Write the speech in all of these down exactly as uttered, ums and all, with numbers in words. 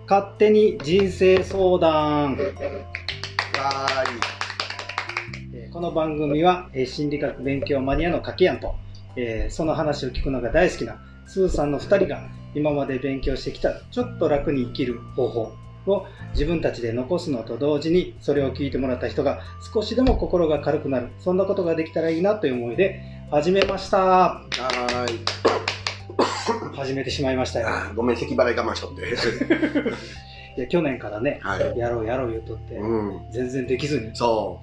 勝手に人生相談。 はーい。この番組は心理学勉強マニアのかけやんと、えー、その話を聞くのが大好きなスーさんのふたりが今まで勉強してきたちょっと楽に生きる方法を自分たちで残すのと同時に、それを聞いてもらった人が少しでも心が軽くなる、そんなことができたらいいなという思いで始めました。 はーい。 始めてしまいましたよ。 あごめん、咳払い我慢しとって。 いや去年からね、 はい、 やろうやろう言うとって、うん、全然できずに。 そう。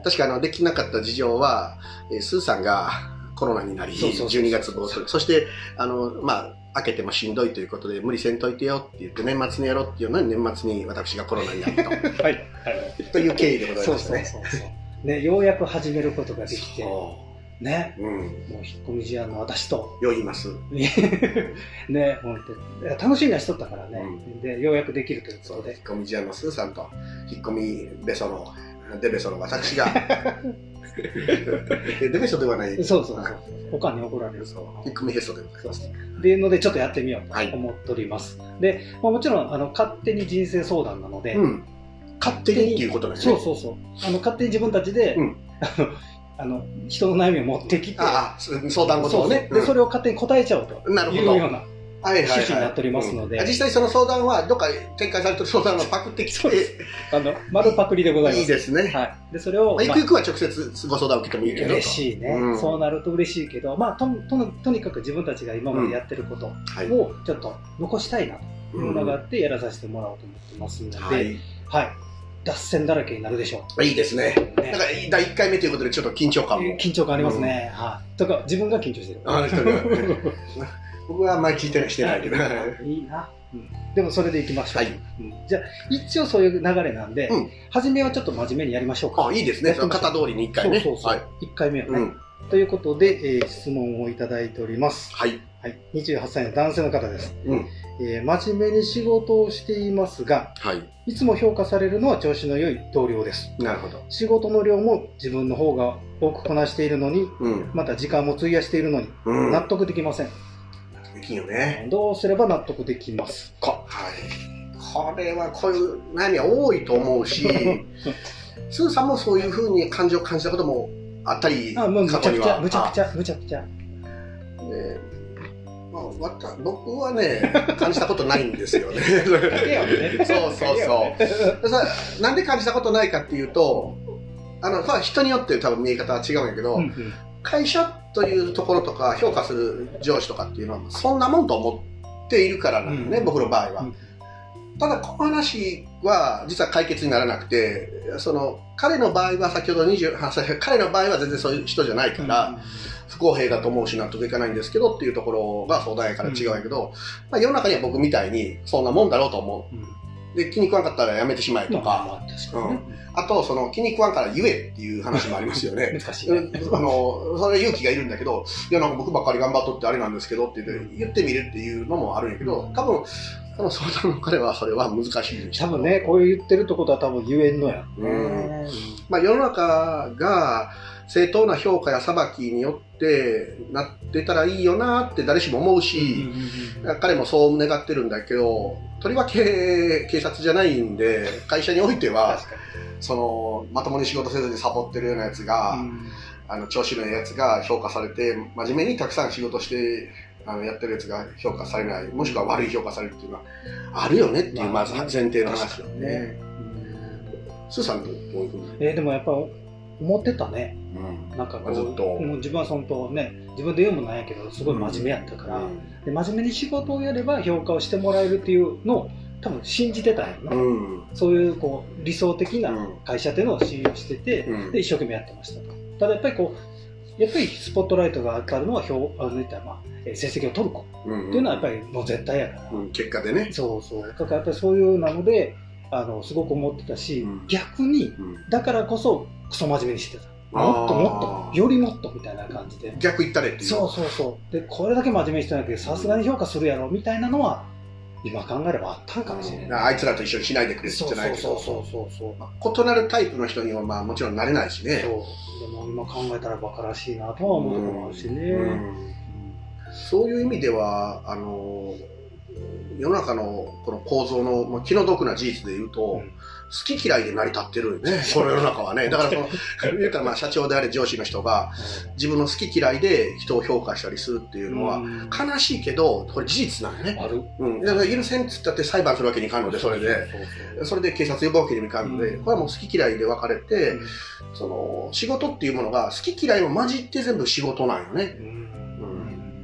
確かあのできなかった事情は、えー、スーさんがコロナになり、じゅうにがつぼうそしてあのまあ開けてもしんどいということで無理せんといてよって言って年末にやろうっていうのに年末に私がコロナになったと。はいはい。という経緯でございますね。 そうそうそうそうね、ようやく始めることができて。ね、うん、もう引っ込み思案の私とよいますね、本当に楽しみなしとったからね、うん、でようやくできるということで、 引っ込み思案のスーさんと引っ込みべそのデベソの私がデベソではない、 そうそうそう、おかんに怒られる、 そう引っ込みへそでございます。 っていうのでちょっとやってみようと思っております。はい、で、まあ、もちろんあの勝手に人生相談なので、うん、 勝手にっていうことなんですね。 そうそうそう、あの勝手に自分たちで、うん、あのあの人の悩みを持ってきて、 ああ相談事をね、 でそれを勝手に答えちゃうというような趣旨になっておりますので、 実際その相談はどっか展開されてる相談をパクってきて、 あの丸パクリでございます。 いいですね。 はい。でそれを、 まあ、ゆくゆくは直接ご相談を受けてもいいけど、 嬉しいね、うん。そうなると嬉しいけど、まあとととにかく自分たちが今までやってることをちょっと残したいなというのがあってやらさせてもらおうと思ってますので、はい。はい、脱線だらけになるでしょう。 いいですね。ね、だからだいいっかいめということでちょっと緊張感も。 緊張感ありますね。うん、はい。とか自分が緊張してる。 あ僕はあんまり聞いてないしてないけど。 いいな。うん、でもそれでいきましょう。はい。うん、じゃあ一応そういう流れなんで、うん、初めはちょっと真面目にやりましょうか。 あ、いいですね。その型通りにいっかいね。 そうそうそう。はい、いっかいめはね。うん、ということで、えー、質問をいただいております。はい。はい。にじゅうはっさいの男性の方です。うん。えー、真面目に仕事をしていますが、はい、いつも評価されるのは調子の良い同僚です。なるほど。仕事の量も自分の方が多くこなしているのに、うん、また時間も費やしているのに、うん、納得できません。 納得できんよね。 どうすれば納得できますか。 はい。これはこういう悩みは多いと思うし、スーさんもそういうふうに感情を感じたこともあったり、 あ、もうむちゃくちゃ、むちゃくちゃ、むちゃくちゃ。 ね僕はね、感じたことないんですよね。そうそうそう。なんで感じたことないかっていうと、あの、まあ、人によって多分見え方は違うんやけど、うんうん、会社というところとか評価する上司とかっていうのはそんなもんと思っているからなんだね、うん、僕の場合は。うん、ただこの話は実は解決にならなくて、その彼の場合は先ほどにじゅうはっさい、彼の場合は全然そういう人じゃないから、うん、不公平だと思うし納得いかないんですけどっていうところが相談やから違うんやけど、うん、まあ、世の中には僕みたいにそんなもんだろうと思う。うん、で気に食わんかったらやめてしまえとか、まあまあ確かにね、うん、あとその気に食わんから言えっていう話もありますよね。難しいね。あのそれ勇気がいるんだけど、いやなんか僕ばっかり頑張っとってあれなんですけどって言って言ってみるっていうのもあるんやけど、多分多分相談の彼はそれは難しい。 多分ね、こういう言ってるってことは多分言えんのや、ね。うん。 まあ世の中が正当な評価や裁きによってなってたらいいよなって誰しも思うし、彼もそう願ってるんだけど、とりわけ警察じゃないんで、会社においてはそのまともに仕事せずにサボってるようなやつが、うん、あの調子のいいやつが評価されて、真面目にたくさん仕事してあのやってるやつが評価されない、もしくは悪い評価されるっていうのはあるよねっていう、まず前提の話だよね。スーさんとどういうふうに？ えー、でもやっぱ思ってたね。うん、なんかこうずっともう自分は本当ね、自分で言うもなんやけどすごい真面目やったから、うん、で真面目に仕事をやれば評価をしてもらえるっていうのを多分信じてたんやな、うん、そういうこう理想的な会社っていうのを信用してて、うん、で一生懸命やってましたと。ただやっぱりこうやっぱりスポットライトが当たるのは評あの言ったら、まあ、成績を取る子っていうのはやっぱりもう絶対やから、うん、 結果でね。 そうそう。だからやっぱりそういうなのであのすごく思ってたし、うん、逆にだからこそクソ真面目にしてた。もっともっとよりもっとみたいな感じで逆言ったれっていう。 そうそうそうでこれだけ真面目にしてないけどさすがに評価するやろみたいなのは今考えればあったんかもしれない、うん、 あいつらと一緒にしないでくれって言ってないけど、そうそうそうそう、まあ、異なるタイプの人にはまあもちろんなれないしね。 そうでも今考えたらバカらしいなとは思うところもあるしね、うんうん、 そういう意味ではあの世の中のこの構造の、まあ、気の毒な事実で言うと、うん、好き嫌いで成り立ってるよね、この世の中はね。だからその、言うたらまあ社長であれ上司の人が、自分の好き嫌いで人を評価したりするっていうのは、悲しいけど、これ事実なんよね。ある。うん。だから許せんっつったって裁判するわけにいかんので、それで。それで警察呼ぶわけにもいかんので、これはもう好き嫌いで分かれて、その、仕事っていうものが好き嫌いも混じって全部仕事なんよね。うん。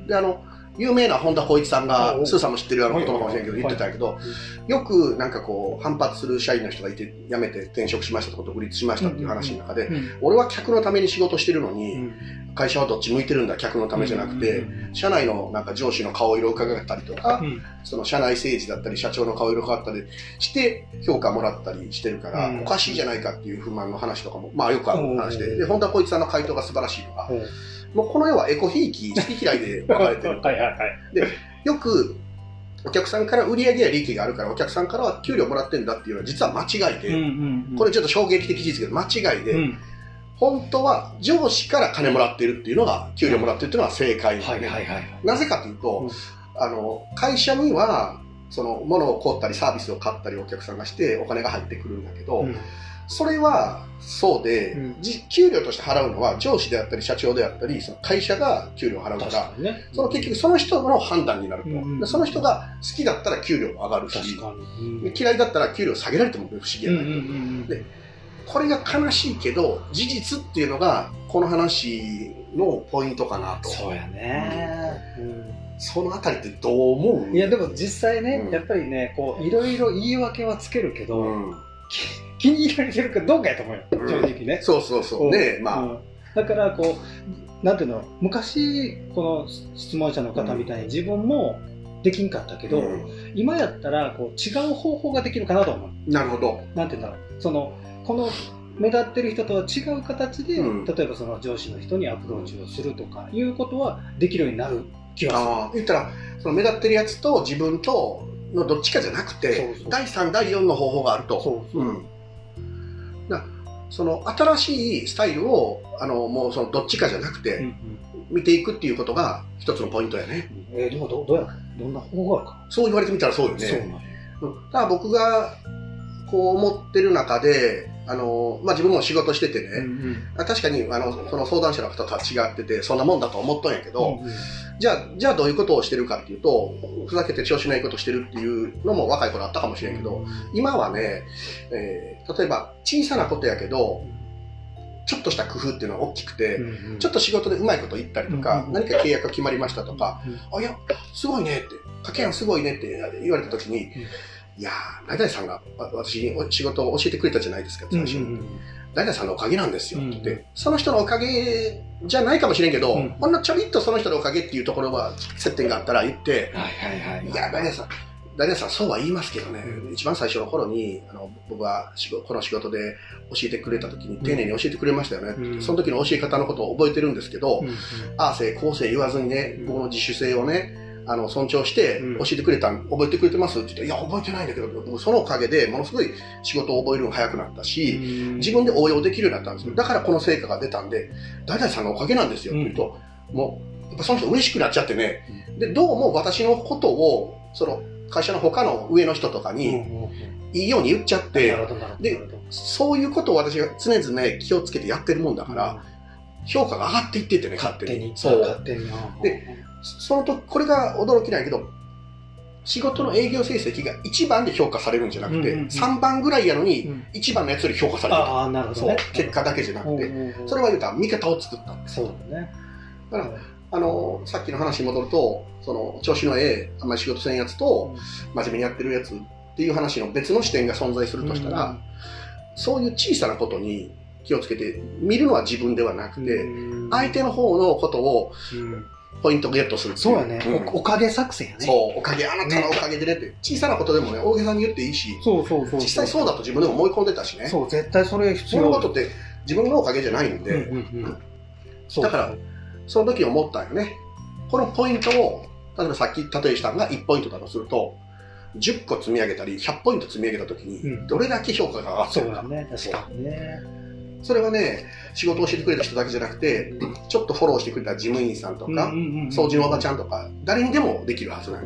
で、あの、有名な本田光一さんが、スーさんも知ってるあの言葉かもしれんけど、言ってたけど、よくなんかこう、反発する社員の人がいて、辞めて転職しましたとか、独立しましたっていう話の中で、俺は客のために仕事してるのに、会社はどっち向いてるんだ、客のためじゃなくて、社内のなんか上司の顔色を伺ったりとか、その社内政治だったり、社長の顔色を伺ったりして、評価もらったりしてるから、おかしいじゃないかっていう不満の話とかも、まあよくある話で、で、本田光一さんの回答が素晴らしいのが、もうこの世はエコひいき、好き嫌いで分かれてる。はいはいはい。で、よくお客さんから売上や利益があるから、お客さんからは給料もらってんだっていうのは実は間違いで、うんうんうん、これちょっと衝撃的事実けど間違いで、うん、本当は上司から金もらってるっていうのが、給料もらってるっていうのが正解なんで、なぜかというと、うん、あの、会社には、その、物を買ったりサービスを買ったりお客さんがしてお金が入ってくるんだけど、うん、それはそうで、うん、給料として払うのは上司であったり社長であったり、その会社が給料を払うから、ね、その結局その人の判断になると、うんうん、その人が好きだったら給料も上がるし、うん、嫌いだったら給料下げられても不思議じゃないと、うんうんうん、でこれが悲しいけど事実っていうのがこの話のポイントかなと。 そうやね、うんうん、 そのあたりってどう思う？ いやでも実際ね、うん、やっぱりねこういろいろ言い訳はつけるけど、うん気に入られてるかどうかやと思うよ、うん、正直ね。 そうそうそう。ね、まあ、うん。 だから、こう、なんていうの、昔、この質問者の方みたいに自分もできんかったけど、うん、今やったら、こう、違う方法ができるかなと思う。 なるほど。 なんていうんだろう。その、この、目立ってる人とは違う形で、うん、例えばその上司の人にアプローチをするとかいうことはできるようになる気がする。ああ、 言ったら、その目立ってるやつと自分とのどっちかじゃなくて、そうそうだいさん、だいよんの方法があると。そうそう。うんなその新しいスタイルをあのもうそのどっちかじゃなくて、うんうん、見ていくっていうことが一つのポイントやね。 えー、でもどどうやどんな方法があるか。 そう言われてみたらそうよね。そうなんや。うん、ただ僕がこう思ってる中で、あのまあ、自分も仕事しててね、うんうん、確かにあのその相談者の方とは違っててそんなもんだと思ったんやけど、うんうん、じゃあじゃあどういうことをしてるかっていうとふざけて調子のいいことしてるっていうのも若い頃あったかもしれんけど、うん、今はね、えー、例えば小さなことやけどちょっとした工夫っていうのは大きくて、うんうん、ちょっと仕事でうまいこと言ったりとか、うんうん、何か契約が決まりましたとか、うんうん、あいやすごいねって掛け合いすごいねって言われた時に、うんいやー、誰々さんが私に仕事を教えてくれたじゃないですか、最初に。うんうんうん、誰々さんのおかげなんですよって言って、うんうん、その人のおかげじゃないかもしれんけど、うん、ほんのちょびっとその人のおかげっていうところは接点があったら言って、はいはいはい、いや、誰々さん、誰々さんそうは言いますけどね、うん、一番最初の頃にあの僕は仕事この仕事で教えてくれた時に丁寧に教えてくれましたよね、うん、その時の教え方のことを覚えてるんですけど、うんうん、ああせいこうせい言わずにね、僕の自主性をね、あの尊重して教えてくれた、うん、覚えてくれてますって言って、いや覚えてないんだけど、僕そのおかげでものすごい仕事を覚えるのが早くなったし、自分で応用できるようになったんですよ。だからこの成果が出たんで、誰々さんのおかげなんですよって言うと、うん、もうやっぱその人嬉しくなっちゃってね、でどうも私のことをその会社の他の上の人とかにいいように言っちゃって、でそういうことを私が常々気をつけてやってるもんだから、うん、評価が上がっていっててね、勝手に。そう勝手にでその時これが驚きないけど、仕事の営業成績がいちばんで評価されるんじゃなくて、うんうんうん、さんばんぐらいやのにいちばんのやつより評価される。ああ、なるほどね。そう、結果だけじゃなくて、うんうんうん、それは言うたら味方を作ったんです。そうだね。だから、あの、さっきの話に戻ると、その、調子のええ、あんまり仕事せんやつと、真面目にやってるやつっていう話の別の視点が存在するとしたら、うんうん、そういう小さなことに気をつけて見るのは自分ではなくて、うん、相手の方のことを、うんポイントゲットする。 そうやね、うんお。おかげ作戦やね。 そう、おかげ、あなたのおかげでねって。ね、小さなことでもね、大げさに言っていいし、そうそうそうそう実際そうだと自分でも思い込んでたしね。 そう、絶対それ必要。 そのことって自分のおかげじゃないんで、うんうんうん、だから、その時思ったよね。このポイントを、例えばさっき例えしたのがいちポイントだとすると、じゅっこ積み上げたり、ひゃっポイント積み上げた時に、どれだけ評価が上がってるか。うん、そうだね、確かにね。それはね、仕事を教えてくれた人だけじゃなくて、ちょっとフォローしてくれた事務員さんとか、掃除のおばちゃんとか、誰にでもできるはずなんで、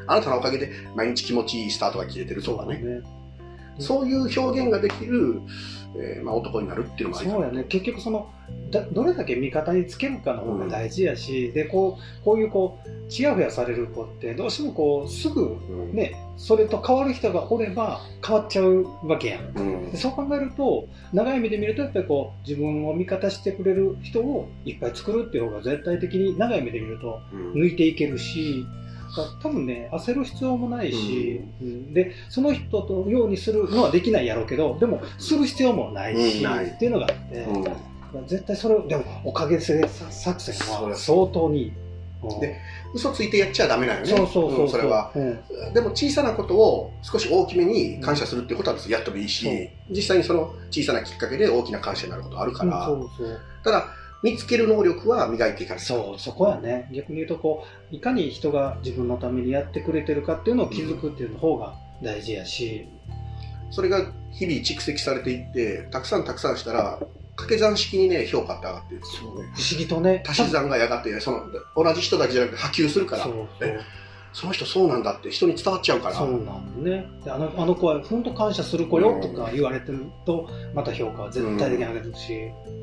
あなたのおかげで毎日気持ちいいスタートが切れてるとかね。そういう表現ができる、えーまあ、男になるっていうのもありかな。 そうやね。結局そのだどれだけ味方につけるかの方が大事やし、うん、でこうこういうこうちやほやされる子ってどうしてもこうすぐね、うん、それと変わる人がおれば変わっちゃうわけやん。うん、でそう考えると長い目で見るとやっぱりこう自分を味方してくれる人をいっぱい作るっていう方が絶対的に長い目で見ると抜いていけるし。多分ね、焦る必要もないし、うん、でその人とようにするのはできないやろうけど、でもする必要もないし、うん、っていうのがあって、うん、絶対それをでもおかげせ作戦は相当に、 うん、で嘘ついてやっちゃダメなよね。 そうそうそうそう、うん、 それは、うん、でも小さなことを少し大きめに感謝するっていうことはやってもいいし、うん、実際にその小さなきっかけで大きな感謝になることあるから、うん、そうそうただ見つける能力は磨いていかない。 そう、そこやね。逆に言うとこういかに人が自分のためにやってくれてるかっていうのを気づくっていうの方が大事やし、 うん、それが日々蓄積されていってたくさんたくさんしたら掛け算式にね評価って上がってるんですよね。 不思議とね。 足し算がやがてその同じ人だけじゃなくて波及するから。そうそう、その人そうなんだって人に伝わっちゃうから。 そうなんだね。であのあの子は本当感謝する子よとか言われてるとまた評価は絶対的に上げるし。うん、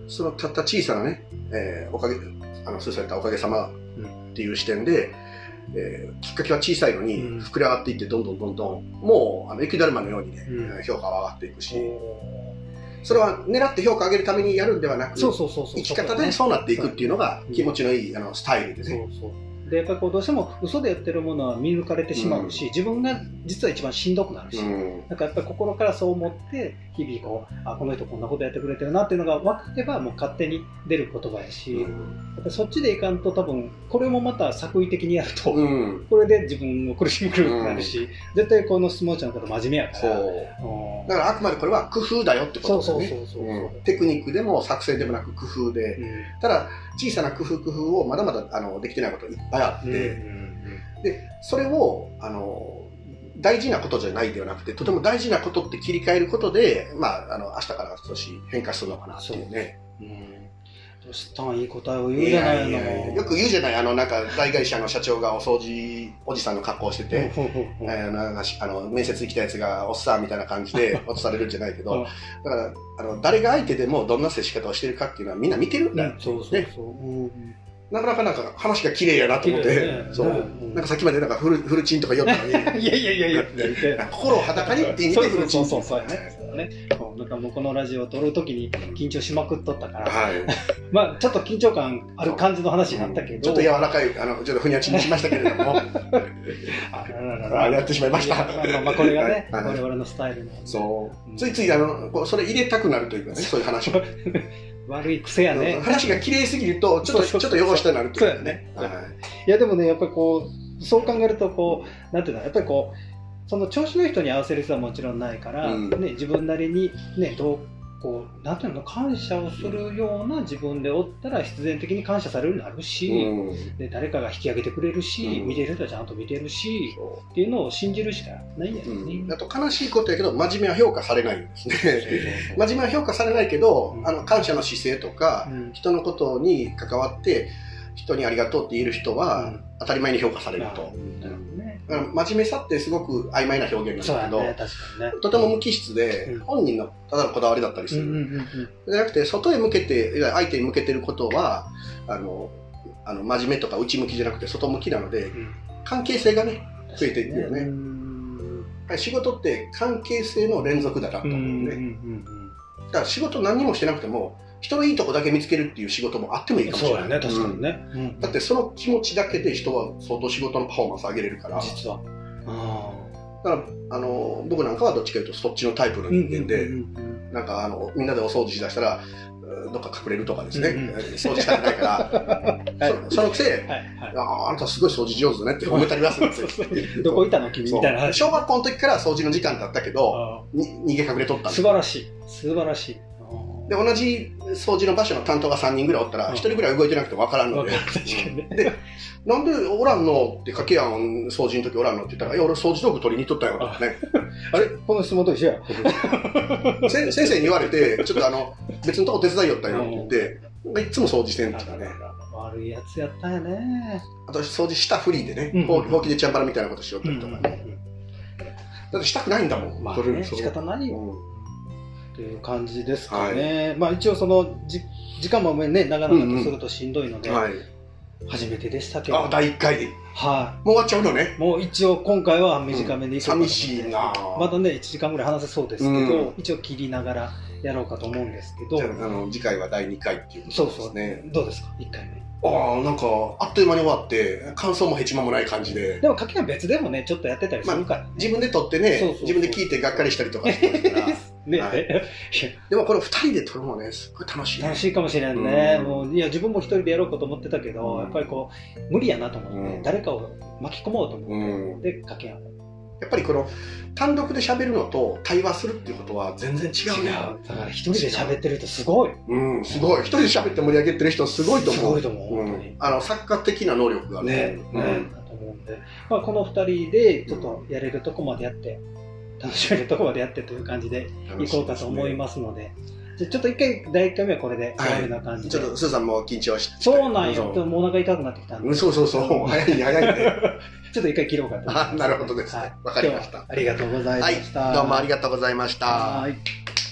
そのたった小さなね、えー、おかげあのそうされたおかげさまっていう視点で、うんえー、きっかけは小さいのに膨れ上がっていってどんどんどんどんもうあの雪だるまのようにね、うん、評価は上がっていくし、それは狙って評価を上げるためにやるんではなく生き方でそうなっていくっていうのが気持ちのいいあのスタイルでね。そうそうでやっぱりこうどうしても嘘でやってるものは見抜かれてしまうし、うん、自分が実は一番しんどくなるし、うん、なんかやっぱり心からそう思って日々こうあこの人こんなことやってくれてるなっていうのが分かればもう勝手に出る言葉やし、うん、やっぱそっちでいかんと多分これもまた作為的にやると、うん、これで自分を苦しみくるくなるし、うん、絶対この質問者の方真面目やから、うん、 だからあくまでこれは工夫だよってことですよね。テクニックでも作戦でもなく工夫で、うん、ただ小さな工夫工夫をまだまだあのできてないこといっぱいあって、うんうんうん、でそれをあの大事なことじゃないではなくてとても大事なことって切り替えることで、まあ、あの明日から少し変化するのかなっていうね。う、うん、 どうしたんいい答えを言うじゃないの。いやいやいやよく言うじゃないあのなんか大会社の社長がお掃除おじさんの格好をしててえなんかあの面接に来たやつがおっさんみたいな感じで落とされるんじゃないけどだからあの誰が相手でもどんな接し方をしてるかっていうのはみんな見てるんだよね。そうそうそう、うん、なかなかなんか話が綺麗やなと思って、ね、そう、うん、なんかさっきまでなんかフルフルチンとか言ったのにいやいやいやいや心を裸にって意味でフルチン。 そうそうそうそうね。なんかもうこのラジオを撮るときに緊張しまくっとったから、はい、まあちょっと緊張感ある感じの話になったけど、うん、 ちょっと柔らかいあのちょっとふにゃちにしましたけれどもあらららやってしまいました。 まあまあこれがね、はい、我々のスタイルなんで、 そう、うん、ついついあのそれ入れたくなるというかね、そういう話を悪い癖やね。 話が綺麗すぎるとちょっとちょっと汚したくなるっていうね。 はい、いやでもねやっぱりこうそう考えるとこうなんていうのやっぱりこうその調子の人に合わせる人はもちろんないから、うんね、自分なりに、ね、どうこうなんていうの感謝をするような自分でおったら必然的に感謝されるようになるし、うん、で誰かが引き上げてくれるし、うん、見てる人はちゃんと見てるし、うん、っていうのを信じるしかないんやよね、 うん、あと悲しいことやけど真面目は評価されないんですね真面目は評価されないけど、うん、あの感謝の姿勢とか、うん、人のことに関わって人にありがとうって言える人は当たり前に評価されると、うん真面目さってすごく曖昧な表現なんだけど、ね確かにね、とても無機質で、うん、本人のただのこだわりだったりする、うんうんうんうん、じゃなくて外へ向けて相手に向けてることはあのあの真面目とか内向きじゃなくて外向きなので、うん、関係性がね増えていくよね、うん、仕事って関係性の連続だなと思うね、うんうんうん、だから仕事何にもしてなくても人のいいとこだけ見つけるっていう仕事もあってもいいかもしれない。 そうだね、確かにね、うん、 だってその気持ちだけで人は相当仕事のパフォーマンス上げれるから実はあだからあの僕なんかはどっちかというとそっちのタイプの人間で、うんうんうんうん、なんかあのみんなでお掃除しだしたらどっか隠れるとかですね、うんうん、掃除したくないから、はい、そ, そのくせ、はいはい、あ, あなたすごい掃除上手だねって褒めたりはするんですよどこいたの君みたいな小学校の時から掃除の時間だったけど逃げ隠れとったん素晴らしい素晴らしいで同じ掃除の場所の担当がさんにんぐらいおったらひとりぐらい動いてなくて分からんので、うん、でなんでおらんのってかけやん掃除の時おらんのって言ったらいや俺掃除道具取りに行っとったよとかねあれこの質問と一緒や先生に言われてちょっとあの別のとこ手伝いよったよって言っていつも掃除してんですかね。 悪いやつやったんやね。 あと掃除したフリーでね、ほうきでチャンバラみたいなことしよったりとかね。だってしたくないんだもん。 まあね、仕方ないよ。という感じですかね。まあ一応そのじ時間もね長々とするとしんどいので。初めてでしたけど。 あ、だいいっかいで。 はい。 もう終わっちゃうのね。 もう一応今回は短めでいこうかと思って。 寂しいな。 またねいちじかんぐらい話せそうですけど、一応切りながらやろうかと思うんですけど。 じゃあ、あの次回はだいにかいっていうことですね。 そうそう。どうですかいっかいめ。 ああ、なんかあっという間に終わって感想もヘチマもない感じで。 でも掛けは別でもねちょっとやってたりするから、ね。 自分で撮ってね、自分で聞いてがっかりしたりとかしてますから。ね、はい、でもこれふたりで撮るのねすごい楽しい、ね、 楽しいかもしれんね、うん、もういや自分も一人でやろうかと思ってたけど、うん、やっぱりこう無理やなと思って、うん、誰かを巻き込もうと思って、うん、で掛け合うやっぱりこの単独で喋るのと対話するっていうことは全然違うね。 違うだから一人で喋ってるとすごい、 うん、すごい一人で喋って盛り上げてる人すごいと思う。 すごいと思う、 うん、本当にあの作家的な能力がね、 ね、うん、だと思うんで、まあ、このふたりでちょっとやれるとこまでやって、楽しめるところまでやってという感じでいこうかと思いますので、じゃちょっと一回だいいっかいめはこれで終わりな感じで、 はい、ちょっとスーさんも緊張して、 そうなんよ、もうお腹痛くなってきたんで、 そうそうそう早い早いねちょっと一回切ろうかと思います。 あ、なるほどですね、わ、はい、かりました。 ありがとうございました、 はい、どうもありがとうございました。はい、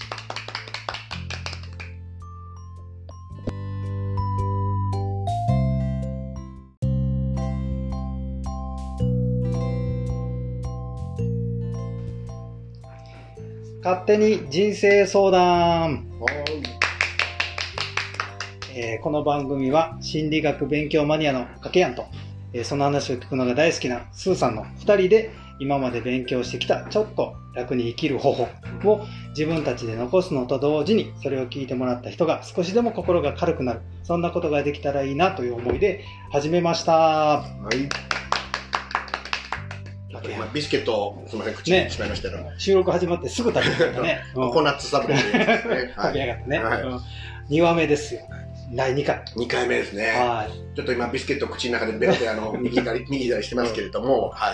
勝手に人生相談、えー、この番組は心理学勉強マニアのかけやんと、えー、その話を聞くのが大好きなスーさんのふたりで今まで勉強してきたちょっと楽に生きる方法を自分たちで残すのと同時にそれを聞いてもらった人が少しでも心が軽くなる、そんなことができたらいいなという思いで始めました。はい、 今ビスケットをすみません口にしまいましたけど、ね、 収録始まってすぐ食べてたねココナッツサブレですね食べやがってね、はい、うん、にわめですよ、だいにかいにかいめですね。はい、ちょっと今ビスケット口の中でベロであの右左右左してますけれども、はい、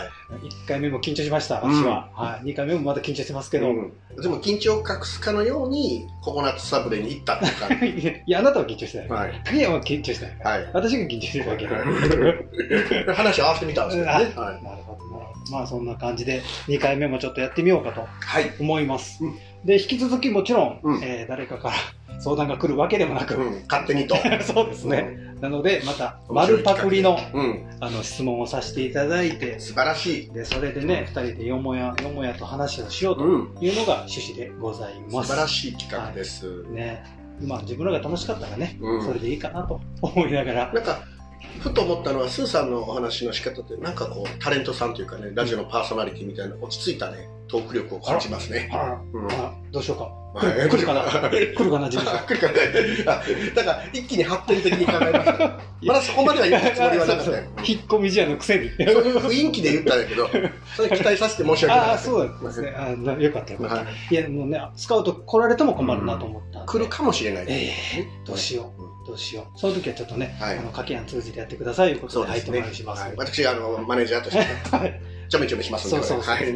いっかいめも緊張しました私は、うん、はい、にかいめもまだ緊張してますけど、うん、 でも緊張を隠すかのようにココナッツサブレに行ったっていう感じいやあなたは緊張してない、はい、竹山は緊張してない、はい、私が緊張してるだけで話合わせてみたんですけどね、はい、 なるほどなるほど、まあそんな感じでにかいめもちょっとやってみようかと思います、はい、うん、で引き続きもちろん、うん、えー、誰かから相談が来るわけでもなく、うん、 勝手にとそうですね、うん、なのでまた丸パクリの、うん、あの質問をさせていただいて、 素晴らしい、 でそれでね、うん、ふたりでよもやよもやと話をしようというのが趣旨でございます。 素晴らしい企画です、 はい、ね、まあ自分らが楽しかったらね、うん、それでいいかなと思いながら、 なんかふと思ったのはスーさんのお話の仕方ってなんかこうタレントさんというかね、ラジオのパーソナリティみたいな落ち着いたねトーク力を感じますね。 あら、うん、あ、どうしようか。来る来るかな来るかな、自分来るかな。だから一気に発展的に考えました。まだそこまでは言うつもりはなかったよ。 引っ込み思案のくせに。 そういう雰囲気で言ったんだけど、それ期待させて申し訳ない。 ああ、そうですね。あ、よかったよかった。いやもうね、スカウト来られても困るなと思った。 来るかもしれない。 ええ、どうしよう。どうしよう。その時はちょっとね、あの掛け案通じてやってくださいということで入ってもらいします。 私あのマネージャーとして。ちょめちょめしますので、 そうそうそう、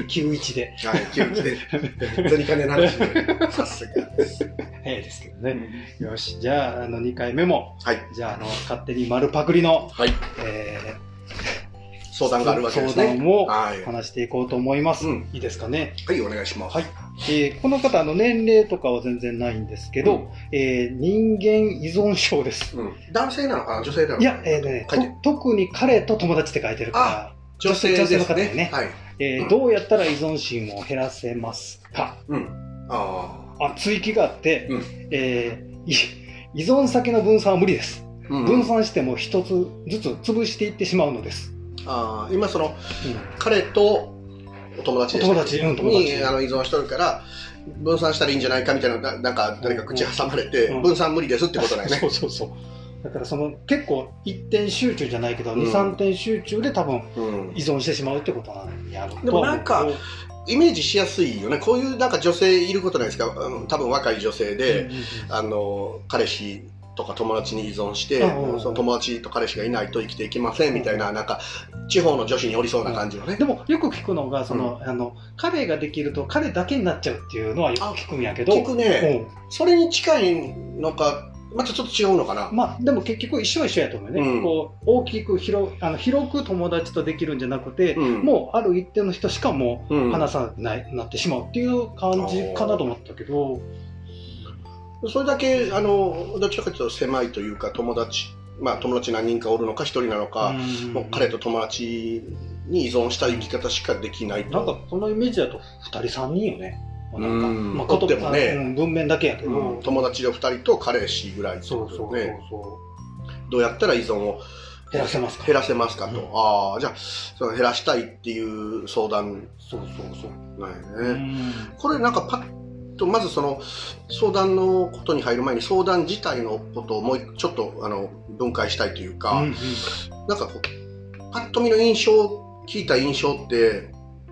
きゅういちで、 はい、きゅういちで、銭金の話で、さすがです。 早いですけどね。よし、じゃあ、あのにかいめも、はい、じゃあ、あの勝手に丸パクリの、はい、えー、相談があるわけですね。 相談を話していこうと思います。はい、いいですかね。 はい、お願いします。はい。 えー、この方、あの年齢とかは全然ないんですけど、うん、えー、人間依存症です。 うん、男性なのかな、女性なのかな。 いや、えーね、特に彼と友達って書いてるから。 女性ですね。 女性の方ね。はい。えーうん、どうやったら依存心を減らせますか。うん。ああ。あ、追記があって、うん、えー、依存先の分散は無理です。うん、分散しても一つずつ潰していってしまうのです。 ああ、今その、うん、彼とお友達ですね。 友達、うん、友達にあの依存しとるから、分散したらいいんじゃないかみたいな、なんか誰か口挟まれて、うん、分散無理ですってことだよね。 そうそうそう。だからその結構一点集中じゃないけど、うん、に、さんてん集中で多分依存してしまうってことなんやろうと。 でもなんかイメージしやすいよね。こういうなんか女性いることないですか。多分若い女性で、うんうんうん、あの彼氏とか友達に依存して、うん、その友達と彼氏がいないと生きていけませんみたいな、うん、なんか地方の女子におりそうな感じのね。 うん、でもよく聞くのがその、うん、あの彼ができると彼だけになっちゃうっていうのはよく聞くんやけど。 聞くね。うん、それに近いのか。 またちょっと違うのかな。 まあでも結局一緒は一緒やと思うよね、うん、こう大きく広あの広く友達とできるんじゃなくて、うん、もうある一定の人しかもう話さない、うん、なってしまうっていう感じかなと思ったけど、 それだけあのどちらかというと狭いというか、友達まあ友達何人かおるのか一人なのか、うん、もう彼と友達に依存した生き方しかできないと。 なんかこのイメージだとふたりさんにんよね。なんか、 まあ、言葉もね、 うん、文面だけやけど、 うん、友達でふたりと彼氏ぐらい、ね、そうそうそうそう。どうやったら依存を減らせますか減らせますかと、うん、ああじゃあその減らしたいっていう相談そうそうそうなんやね。これなんかパッとまずその相談のことに入る前に相談自体のことをもうちょっとあの分解したいというか、うんうん、なんかこうパッと見の印象聞いた印象って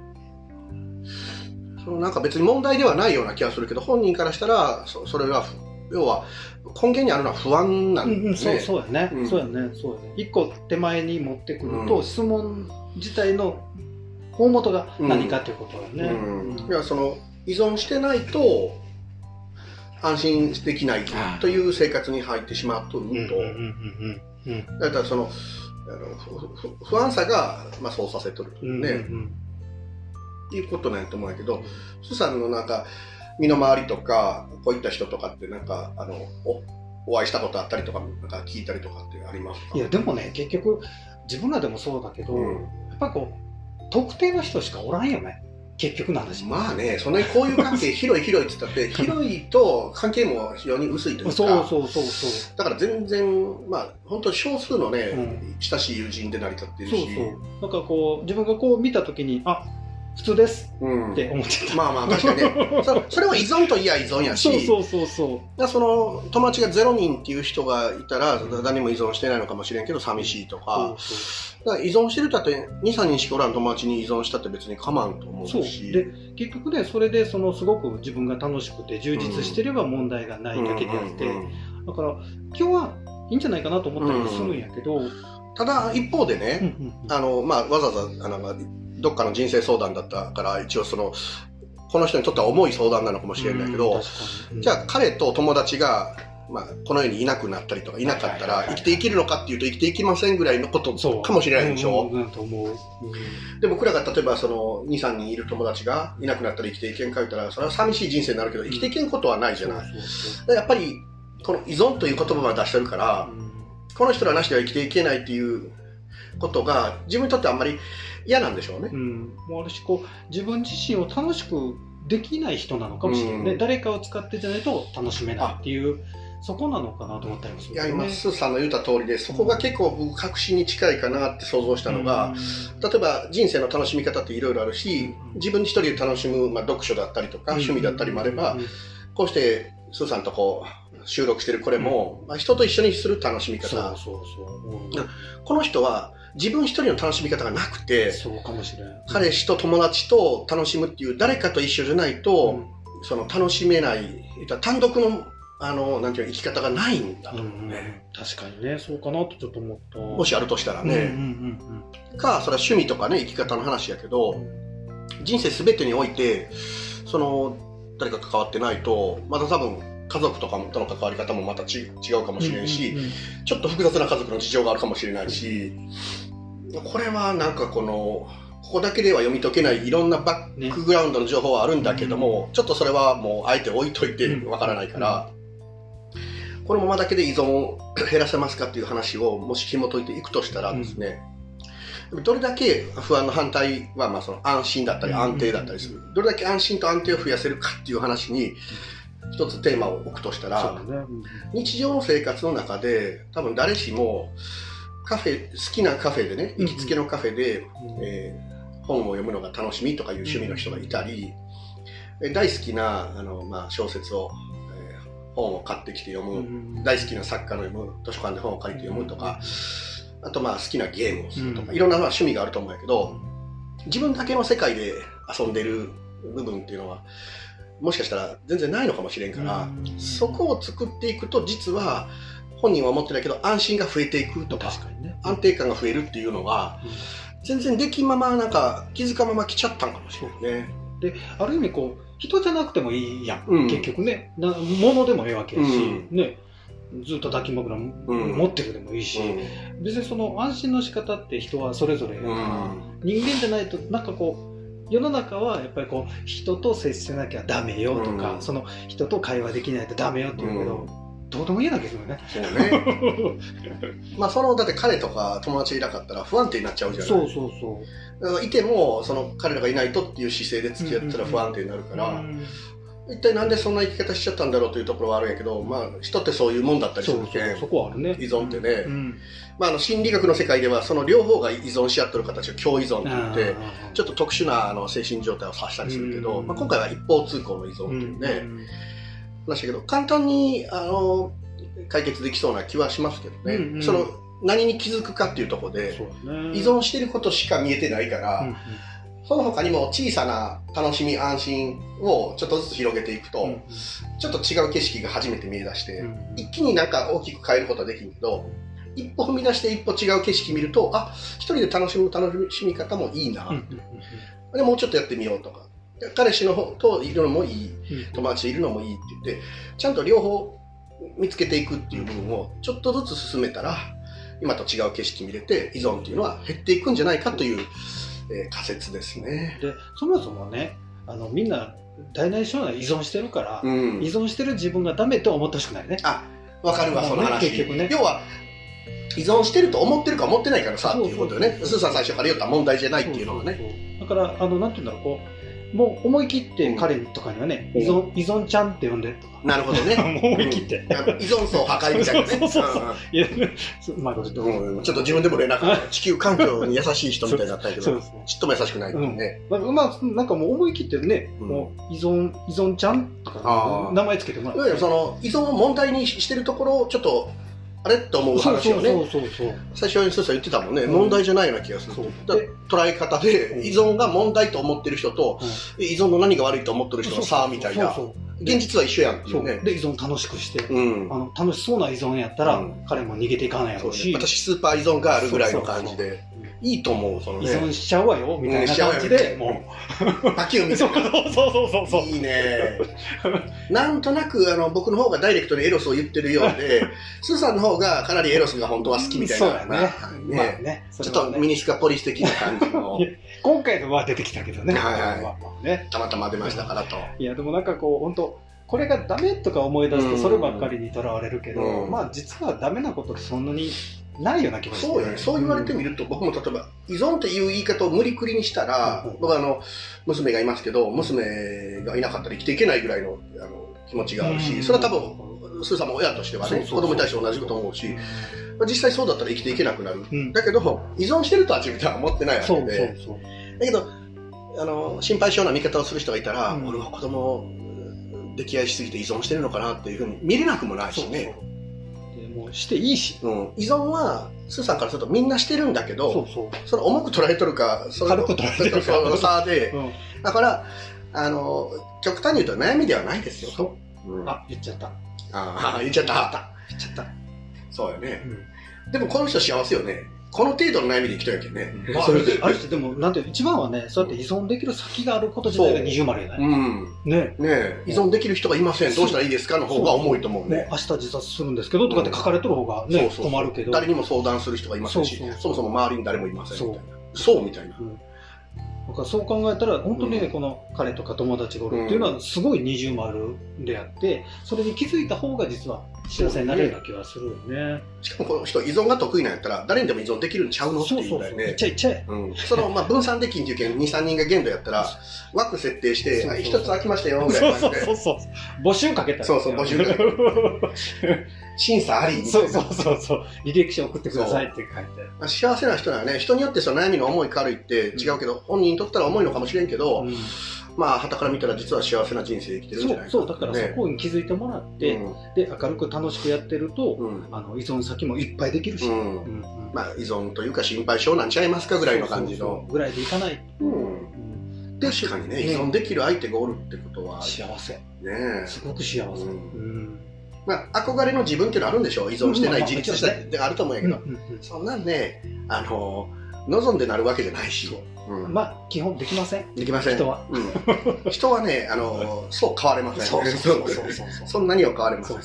そのなんか別に問題ではないような気がするけど、本人からしたら そ, それは要は根源にあるのは不安なんですね。 うんうん、そうそうやね、うん、そうやねそうやね。一個手前に持ってくると、うん、質問自体の大元が何かということだよね。 うんうん、いやその依存してないと安心できないという生活に入ってしまうというと、だからそのあの不安さが、まあ、そうさせとるというね。うんうんうんっていうことなんやと思うんやけど、スーさんのなんか身の回りとかこういった人とかってなんかあの お, お会いしたことあったりとかなんか聞いたりとかってありますか？ いやでもね結局自分らでもそうだけど、うん、やっぱりこう特定の人しかおらんよね結局の話。 まあねそんなにこういう関係広い広いって言ったって広いと関係も非常に薄いというかそうそうそうそうだから全然まあ本当に少数のね、うん、親しい友人で成り立ってるしそうそうなんかこう自分がこう見た時にあ普通ですって思っちゃった、うん、 まあまあ確かにねそ, それは依存といや依存やしそうそうそうそうだその友達がゼロにんっていう人がいたら誰も依存してないのかもしれんけど寂しいとか、そうそうだから依存してるだってにさんにんしかおらん友達に依存したって別に構わんと思うしそうで結局ねそれでそのすごく自分が楽しくて充実してれば問題がないだけであって、うんうんうんうん、だから今日はいいんじゃないかなと思ったりするんやけど、うんうん、 ただ一方でね、うんうんうん、あのまあ、わざわざあのどっかの人生相談だったから一応そのこの人にとっては重い相談なのかもしれないけど、うん、じゃあ彼と友達が、まあ、この世にいなくなったりとかいなかったら生きていけるのかっていうと生きていけませんぐらいのことかもしれないでしょ。で僕らが例えばそのにさんにんいる友達がいなくなったら生きていけんか言ったらそれは寂しい人生になるけど生きていけんことはないじゃない。やっぱりこの依存という言葉まで出してるから、うん、この人らなしでは生きていけないっていうことが自分にとってあんまり嫌なんでしょうね。うん、 もうあるしこう自分自身を楽しくできない人なのかもしれないね、うん、誰かを使ってじゃないと楽しめないっていうそこなのかなと思ったりもする、ね、 いや今スーさんの言った通りでそこが結構僕確信に近いかなって想像したのが、うん、例えば人生の楽しみ方っていろいろあるし、うん、自分一人で楽しむ、まあ、読書だったりとか、うん、趣味だったりもあれば、うん、こうしてスーさんとこう収録してるこれも、うんまあ、人と一緒にする楽しみ方。そうそうそう、うん、この人は自分一人の楽しみ方がなくて、 そうかもしれない。 彼氏と友達と楽しむっていう誰かと一緒じゃないと、うん、その楽しめない単独のあのなんていう生き方がないんだと思うね、 うん。確かにね、そうかなとちょっと思った。 もしあるとしたらね、うんうんうんうん、かそれは趣味とかね生き方の話やけど、うん、人生すべてにおいてその誰か関わってないとまた多分。家族とかとの関わり方もまたち違うかもしれんし、うんうんうん、ちょっと複雑な家族の事情があるかもしれないし、これはなんかこのここだけでは読み解けないいろんなバックグラウンドの情報はあるんだけども、ね、ちょっとそれはもうあえて置いといてわからないから、うんうん、このままだけで依存を減らせますかっていう話をもし紐解いていくとしたらですね、うん、どれだけ不安の反対はまあその安心だったり安定だったりする、どれだけ安心と安定を増やせるかっていう話に一つテーマを置くとしたら、ねうん、日常の生活の中で多分誰しもカフェ好きなカフェでね行きつけのカフェで、うんえー、本を読むのが楽しみとかいう趣味の人がいたり、うん、大好きなあの、まあ、小説を、えー、本を買ってきて読む、うん、大好きな作家の読む図書館で本を借りて読むとか、あとまあ好きなゲームをするとか、うん、いろんな趣味があると思うんやけど、自分だけの世界で遊んでる部分っていうのはもしかしたら全然ないのかもしれんから、うん、そこを作っていくと実は本人は思ってないけど安心が増えていくとか、確かにね、安定感が増えるっていうのは、うん、全然できんままなんか気づかんまま来ちゃったんかもしれないね。 である意味こう人じゃなくてもいいやん、うん、結局ねな物でもいいわけやし、うん、ねずっと抱き枕持ってるでもいいし、うん、別にその安心の仕方って人はそれぞれやから、うん、人間じゃないとなんかこう世の中はやっぱりこう人と接せなきゃダメよとか、うん、その人と会話できないとダメよって言うけど、うん、どうでもいいわけですよね。 そうね。まあそのだって彼とか友達いなかったら不安定になっちゃうじゃない。 そうそうそう。 だからいてもその彼らがいないとっていう姿勢で付き合ったら不安定になるから。うんうんうん、一体なんでそんな生き方しちゃったんだろうというところはあるんやけど、まあ、人ってそういうもんだったりするけん、 そうそうそこはあるね、 依存ってね、うん、まあ、あの心理学の世界ではその両方が依存し合ってる形を共依存って言ってちょっと特殊なあの精神状態を指したりするけど、うん、まあ、今回は一方通行の依存っていうね、うん、話だけど簡単にあの解決できそうな気はしますけどね、うんうん、その何に気づくかっていうところで、ね、依存してることしか見えてないから、うんうん、その他にも小さな楽しみ安心をちょっとずつ広げていくと、うん、ちょっと違う景色が初めて見え出して、うん、一気になんか大きく変えることはできるけど、一歩踏み出して一歩違う景色見ると、あ、一人で楽しむ楽しみ方もいいな、うん、でもうちょっとやってみようとか、彼氏の方といるのもいい、友達といるのもいいって言ってちゃんと両方見つけていくっていう部分をちょっとずつ進めたら今と違う景色見れて依存っていうのは減っていくんじゃないかという、えー、仮説ですね。 でそもそもね、あのみんな大なり小なり依存してるから、うん、依存してる自分がダメと思ってほしくないね。 あ、わかるわ、その話、ね、結局ね、要は依存してると思ってるか思ってないからさっていうことよね。スーさん最初から言った問題じゃないっていうのがね。そうそうそう、だからあのなんていうんだろう、こうもう思い切って彼とかにはね、うん、依存依存ちゃんって呼んでとか。なるほどね。 もう思い切って、うん、 依存層破壊みたいなね。そうそうそう、うん、いや、 まあ、どうちょっと自分でも連絡地球環境に優しい人みたいになったけど、そうそうちっとも優しくないってね、 うん、まあなんかもう思い切ってね、うん、もう依存依存ちゃんとか名前つけてもらって、いやいや、 その依存を問題にしてるところをちょっとあれって思う話をね、最初にスーさん言ってたもんね、うん、問題じゃないような気がする。捉え方で依存が問題と思ってる人と、うん、依存の何が悪いと思ってる人の差みたいな、現実は一緒やんっていうね。 で依存楽しくして、うん、あの楽しそうな依存やったら、うん、彼も逃げていかないやろうし、 ね、私スーパー依存があるぐらいの感じでいいと思う。その、ね、 依存しちゃうわよみたいな感じで、うん、もうパキュンみたいな。 そうそうそうそう、 いいね。なんとなくあの僕の方がダイレクトにエロスを言ってるようでスーさんの方がかなりエロスが本当は好きみたいな、そうだね、ね、まあね、ちょっとミニスカポリス的な感じの今回のは出てきたけどね、はいはい、まあまあね、 たまたま出ましたからと。 いやでもなんかこう本当これがダメとか思い出すとそればっかりにとらわれるけど、うん、まあ実はダメなことってそんなにないような気がする。 そうよね。そう言われてみると、うん、僕も例えば依存っていう言い方を無理くりにしたら、うん、僕はあの娘がいますけど、娘がいなかったら生きていけないぐらいのあの気持ちがあるし、うん、それは多分スーさんも親としてはね、子供に対して同じこと思うし、うん、実際そうだったら生きていけなくなる、うん、だけど依存してるとは自分では思ってないわけで、そうそうそう、だけどあの心配性な見方をする人がいたら、うん、俺は子供溺愛しすぎて依存してるのかなっていうふうに見れなくもないしね。そうそう、 でもうしていいし、 うん、依存はスーさんからするとみんなしてるんだけど、そうそう、それ重く捉えとるか軽く捉えとるかの差で、うん、だからあの極端に言うと悩みではないですよと、 うん、あ、言っちゃった、 ああ言っちゃった言っちゃった、 そうよね、うん、でもこの人幸せよね。この程度の悩みで生きとるやけんね。 まあ、ある種でもなんて一番はね、そうやって依存できる先があること自体が二重丸やない。うん。 ねね依存できる人がいません。どうしたらいいですかの方が重いと思うね。 もう明日自殺するんですけどとかって書かれてる方がね、困るけど。 誰にも相談する人がいませんし、そもそも周りに誰もいませんみたいな。そうみたいな。 だからそう考えたら本当にね、この彼とか友達がおるっていうのはすごい二重丸であって、それに気づいた方が実は幸せになれるような気がするよね。 しかもこの人依存が得意なんやったら誰にでも依存できるんちゃうのっていうぐらいね。 いっちゃいっちゃえ。 そのまあ分散できんっていうけんに、さんにんが限度やったら枠設定して一つ空きましたよぐらいの感じで。 そうそうそう。募集かけたら。 そうそう募集かけた。審査ありみたいな。 そうそうそうそう。履歴書送ってくださいって書いて。 幸せな人ならね、人によってその悩みの重い軽いって違うけど、本人にとったら重いのかもしれんけど、まあ傍から見たら実は幸せな人生生きてるんじゃないか。 そうそう、だからそこに気づいてもらって、で明るく楽しくやってると、あの依存先もいっぱいできるし、 まあ依存というか心配性なんちゃいますかぐらいの感じのぐらいでいかない。 確かにね、依存できる相手がおるってことは幸せ。 ね、 すごく幸せ。 まあ、憧れの自分っていうのあるんでしょう。依存してない自立したってあると思うんやけど、そんなんね、あの望んでなるわけじゃないし、 まあ基本できません。 できません。 人は、 人はね、あのそう変われません。そうそうそうそう。そんなには変われません。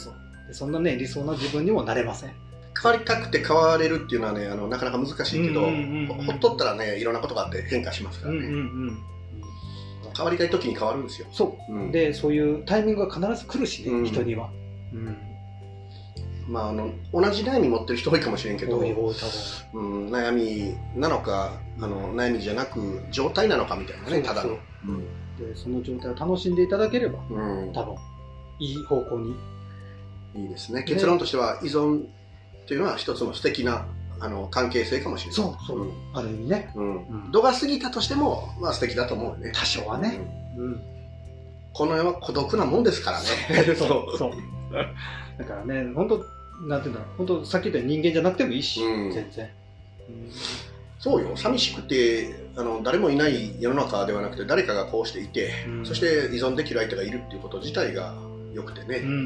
そんなね理想の自分にもなれません。 変わりたくて変われるっていうのはね、あのなかなか難しいけど、ほっとったらねいろんなことがあって変化しますからね。うんうんうん、変わりたい時に変わるんですよ。 そう、うん、でそういうタイミングが必ず来るしね、うん、人には、うん、 まああの同じ悩み持ってる人多いかもしれんけど、多い多い多分、うん、悩みなのかあの悩みじゃなく状態なのかみたいなね、ただの、うん、 でその状態を楽しんでいただければ、うん、多分いい方向にいいですね。結論としては依存っていうのは一つの素敵なあの関係性かもしれない。 そうそう、うん、ある意味ね、 うんうん、度が過ぎたとしてもまあ素敵だと思うよね。 多少はね、 うんうん、この世は孤独なもんですからね。 そうそうだからね、本当なんていうんだろう、本当さっき言った人間じゃなくてもいいし、うん、全然、うん、 そうよ。寂しくてあの誰もいない世の中ではなくて誰かがこうしていて、うん、そして依存できる相手がいるっていうこと自体がよくてね、うんうん、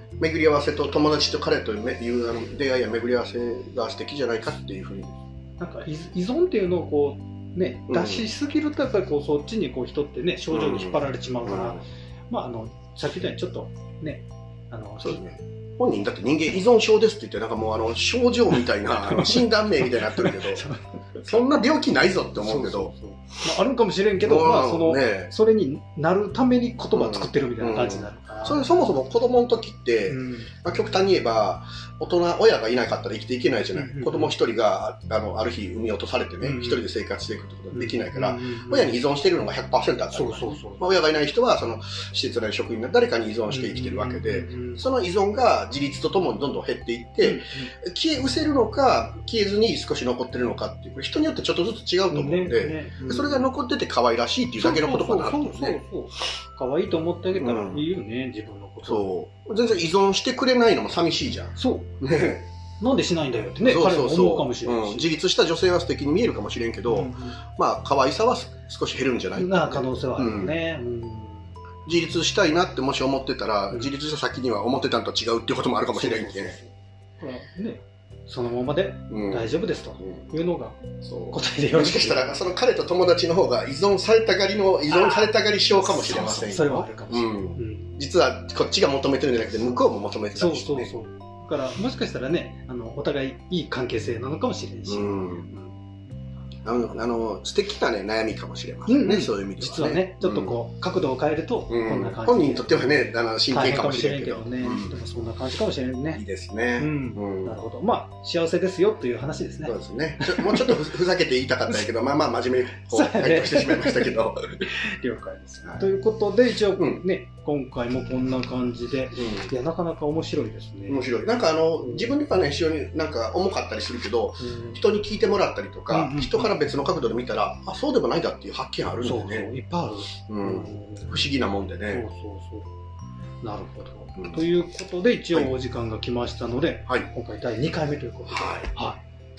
巡り合わせと友達と彼というあの出会いや巡り合わせが素敵じゃないかっていうふうに、 なんか依存っていうのをこう、ね、出しすぎるとやっぱりこうそっちにこう人ってね症状に引っ張られちまうから、うんうん、まああのさっき言ったようにちょっとねあのそうですね、本人だって人間依存症ですって言ってなんかもうあの症状みたいな診断名みたいになってるけどそんな病気ないぞって思うけど、そうそうそう、まあ、あるかもしれんけど、まあそのね、それになるために言葉を作ってるみたいな感じになるから、うんうん、それそもそも子供の時って、うん、まあ、極端に言えば大人親がいなかったら生きていけないじゃない、うんうん、子供一人が あのある日産み落とされてね、うんうん、一人で生活していくってことができないから、うんうん、親に依存しているのが ひゃくパーセント だったり、まあ、親がいない人はその施設内職員の誰かに依存して生きてるわけで、うんうん、その依存が自立とともにどんどん減っていって、うんうん、消え失せるのか消えずに少し残ってるのかっていう、これ人によってちょっとずつ違うと思うんで、ねね、うん、それが残ってて可愛らしいっていうだけのことかなと思うね。 可愛いと思ってあげたらいいよね、うん、自分のこと。 そう全然依存してくれないのも寂しいじゃん。 そうねなんでしないんだよってね、彼は思うかもしれないし、 うん、自立した女性は素敵に見えるかもしれんけど、うんうん、まあ可愛さは少し減るんじゃないな可能性はあるよね、うんうん、 自立したいなってもし思ってたら、うん、自立した先には思ってたのと違うっていうこともあるかもしれないんでね、 ね、そのままで大丈夫ですというのが答えでよろしい。もしかしたらその彼と友達の方が依存されたがりの依存されたがり症かもしれませんよ。 それはあるかもしれない、うんうん、 実はこっちが求めてるんじゃなくて向こうも求めてたりして、ね、 そうそうそうだからもしかしたらねあのお互いいい関係性なのかもしれないし、うんあのあの素敵な、ね、悩みかもしれませんね、うん、そういう意味では、ね、 実はねちょっとこう、うん、角度を変えるとこんな感じ、 本人にとってはねあの真剣かもしれんけど、 けどね、うん、でもそんな感じかもしれないね。 いいですね、うんうん、なるほど。まあ幸せですよという話ですね。 そうですね。もうちょっとふざけて言いたかったけどまあまあ真面目にこう回答してしまいましたけど了解です、はい、ということで一応ね、うん、今回もこんな感じで、うん、いやなかなか面白いですね。 面白い。なんかあの自分ではね非常になんか重かったりするけど、うん、人に聞いてもらったりとか、うん、人から別の角度で見たらあそうでもないんだっていう発見あるんでね。そうそういっぱいある、 うん、不思議なもんでね。 そうそうそうなるほど、うん、ということで一応お時間が来ましたので、はい、今回だいにかいめということで、はいはい、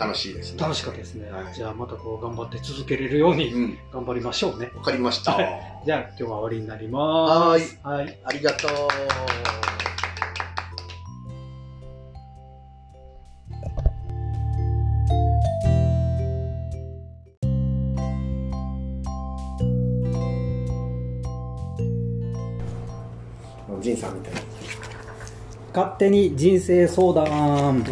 楽しいですね。 楽しかったですね、はい、じゃあまたこう頑張って続けれるように頑張りましょうね。 わ、うん、かりましたじゃあ今日は終わりになります。 はい、はい、ありがとう。仁さんみたいな勝手に人生相談。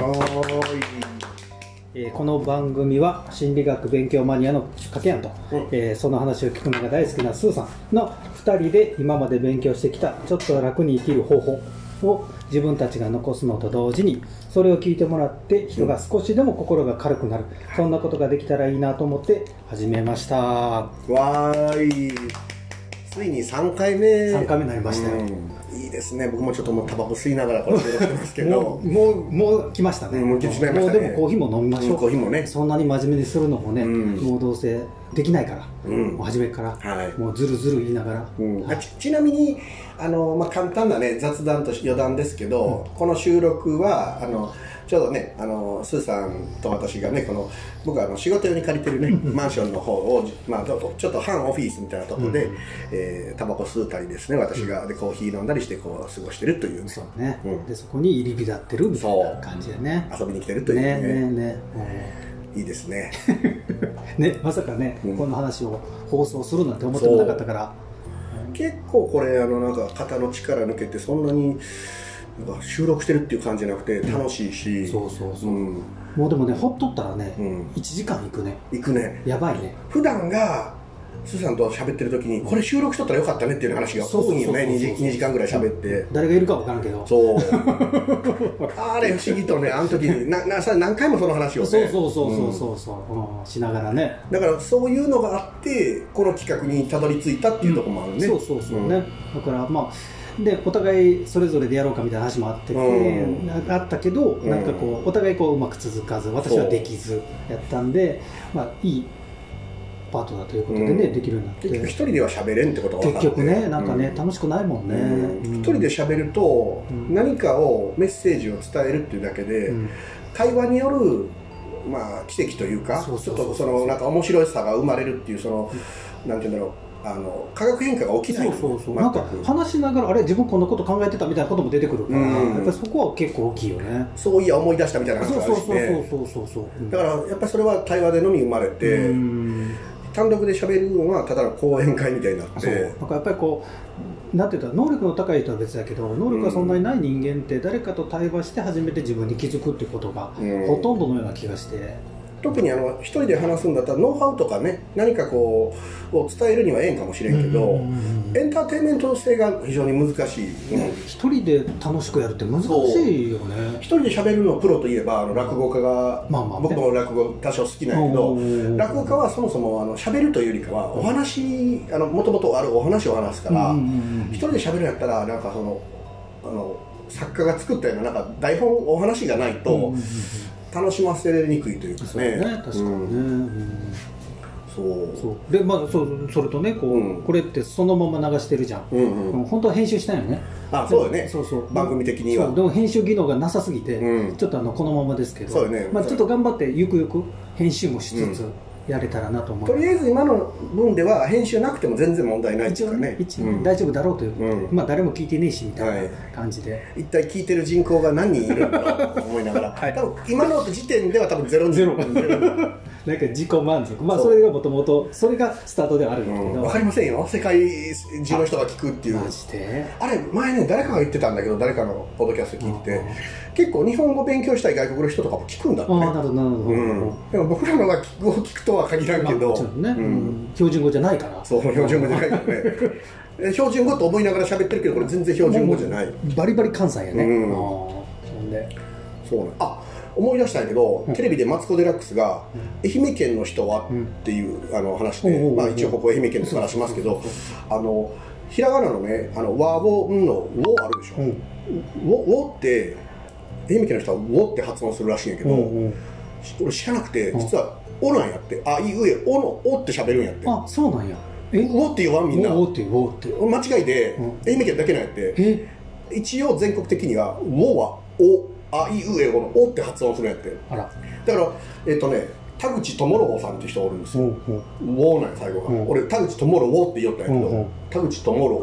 えー、この番組は心理学勉強マニアのかけやんと、うんえー、その話を聞くのが大好きなスーさんのふたりで今まで勉強してきたちょっと楽に生きる方法を自分たちが残すのと同時にそれを聞いてもらって人が少しでも心が軽くなる、うん、そんなことができたらいいなと思って始めました。 わーいついにさんかいめさんかいめになりましたよ、うんいいですね。僕もちょっともうタバコ吸いながらこれしてますけどもうもうもう来ましたね。 もう来てしまいましたね。 もうでもコーヒーも飲みましょう、うん、 コーヒーもねそんなに真面目にするのもね、うん、もうどうせできないから、うん、もう初めから、はい、もうずるずる言いながら、 うんはい、ち, ちなみにあの、まあ、簡単なね雑談と余談ですけど、うん、この収録はあのちょうどねあのスーさんと私がねこの僕はあの仕事用に借りてるねマンションの方を、まあ、ちょっと半オフィスみたいなところで、うんえー、タバコ吸うたりですね私がでコーヒー飲んだりしてこう過ごしてるというねそうね、うん、でそこに入り浸ってるみたいな感じでね遊びに来てるというねねねね、 うん、いいですねねまさかね、うん、この話を放送するなんて思ってもなかったから結構これあのなんか肩の力抜けてそんなになんか収録してるっていう感じじゃなくて楽しいし、 うん、そうそうそう、うん、もうでもねほっとったらね、うん、いちじかんいくねいくねやばいね。 普段がスーさんと喋ってる時にこれ収録しとったらよかったねっていう話が多いんよね。にじかんぐらい喋って誰がいるか分からんけどそうあれ不思議とねあの時になな何回もその話をねそうそうそうそうそうそう、うん、しながらね。 だからそういうのがあってこの企画にたどり着いたっていうところもあるね、 うん、そうそうそうね、うん、だからまあでお互いそれぞれでやろうかみたいな話もあってて、うん、あったけど、うん、なんかこうお互いこううまく続かず私はできずやったんで、まあいいパートナーということでね、うん、できるようになって。 結局一人では喋れんってことが分かって結局ねなんかね、うん、楽しくないもんね、 うん、一人で喋ると、うん、何かをメッセージを伝えるっていうだけで、うん、会話によるまあ奇跡というかちょっとそのなんか面白さが生まれるっていうその、うん、なんていうんだろうあの化学変化が起きない。 そうそうそうなんか話しながらあれ自分こんなこと考えてたみたいなことも出てくるから、うん、やっぱりそこは結構大きいよね。 そういや思い出したみたいな話があるしね。そうそうそうそうそう、うん、 だからやっぱりそれは対話でのみ生まれて、うん、単独で喋るのはただの講演会みたいになって、そうなんかやっぱりこうなんていうか能力の高い人は別だけど能力がそんなにない人間って誰かと対話して初めて自分に気づくっていうことがほとんどのような気がして。 特にあの一人で話すんだったらノウハウとかね何かこうを伝えるにはええんかもしれんけど、うんうんうん、エンターテインメント性が非常に難しい、うん、 一人で楽しくやるって難しいよね。 一人で喋るのプロといえばあの落語家が、まあまあね、僕も落語多少好きなんやけど落語家はそもそもあの喋るというよりかはお話あのもともとあるお話を話すから、うんうんうん、一人で喋るんやったらなんかそのあの作家が作ったようななんか台本お話がないと、うんうんうん楽しませにくいというかね。そうね、 確かにね。うん、 そうそうで、まあ、そ, それとねこう、うん、これってそのまま流してるじゃん。うんうん、本当は編集したいよね。 あ、そうよね。そうそう番組的には。 でも編集技能がなさすぎて、うん、ちょっとあのこのままですけど、そうよね、まあ、ちょっと頑張ってゆくゆく編集もしつつ。うんやれたらなと思う。 とりあえず今の分では編集なくても全然問題ないっていうかね一応、ねうん、大丈夫だろうという、うん、まあ誰も聞いてねえしみたいな感じで、はい、 一体聞いてる人口が何人いるんだろうと思いながら、はい、多分今の時点では多分ゼロゼロなんか自己満足まあそれがもともとそれがスタートではあるんだけど、うん、 分かりませんよ世界中の人が聞くっていう。 マジであれ前ね誰かが言ってたんだけど誰かのポッドキャスト聞いて、うん、結構日本語勉強したい外国の人とかも聞くんだってね。ああなるほどなるほど、うん、でも僕らのが聞くを聞くとは限らんけど、まあねうん、標準語じゃないからそう標準語じゃないからね標準語と思いながら喋ってるけどこれ全然標準語じゃないバリバリ関西やね、うん、 あでそうねあ思い出したんやけど、うん、テレビでマツコ・デラックスが、うん、愛媛県の人はっていう、うん、あの話で、うんまあ、一応ここ愛媛県で話しますけどあのひらがなのねあの和をんのウォあるでしょ、うん、ウォウォって愛媛県の人はウォって発音するらしいんやけど、うんうん、俺知らなくて実はおなんやってあいうえおのおって喋るんやって。 あそうなんやえおって言わんみんなおっておって間違いで、うん、愛媛県だけなんやってえ一応全国的にはおはおあいうえおのおって発音するんやってあらだからえっ、ー、とね田口智郎さんっていう人がおるんですよ、うんうん、おなんや最後が、うん、俺田口智郎おって言おったんやけど、うんうん、田口智郎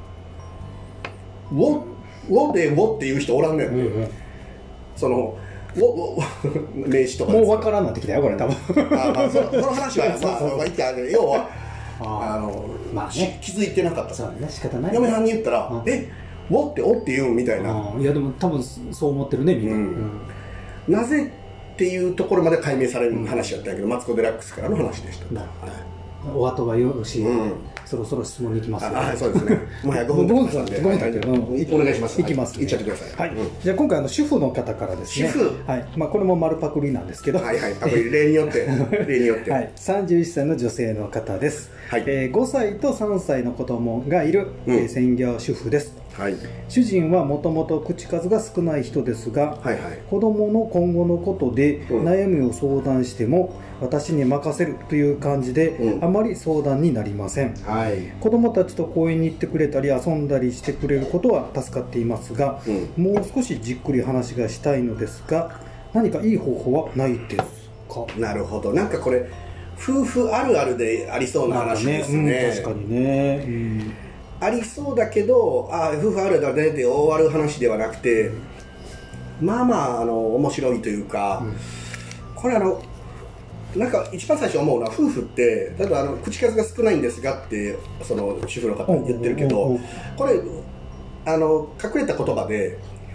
おおおでおっていう人おらんねんって、うんうん、その名詞とかもう分からんなってきたよこれ多分あ、まあ、そ, のその話はまあまあ言ってある要はああの、まあね、気づいてなかったそうね仕方ない嫁はんに言ったらえおっておって言うんみたいないやでも多分そう思ってるねみんな、うんうん、なぜっていうところまで解明される話だったんやけど、うん、マツコ・デラックスからの話でした。なるほど、はいお後がよろしい、うん、そろそろ質問に行きます、ね、 ああそうですねもうごふん経ちましたんでごふん経ってお願いします。 行きます、 ね、行っちゃってください、はいうん、 じゃあ今回あの主婦の方からですね主婦、 はいまあ、これも丸パクリなんですけどはいはいパクリ例によって例によって、 はい、さんじゅういっさいの女性の方です、はいえー、ごさいとさんさいの子供がいる、うんえー、専業主婦です、はい、主人はもともと口数が少ない人ですが、はいはい、子供の今後のことで悩みを相談しても、うん、私に任せるという感じで、うん、あまり相談になりません、はい、子供たちと公園に行ってくれたり遊んだりしてくれることは助かっていますが、うん、もう少しじっくり話がしたいのですが何かいい方法はないですか。 なるほどなんかこれ夫婦あるあるでありそうな話ですね、 ねうん、確かにね、うんありそうだけどあ夫婦あるあるで終わる話ではなくてまあまああの面白いというか、うん、これあのなんか一番最初思うのは夫婦って例えばあの口数が少ないんですがってその主婦の方言ってるけどこれあの隠れた言葉で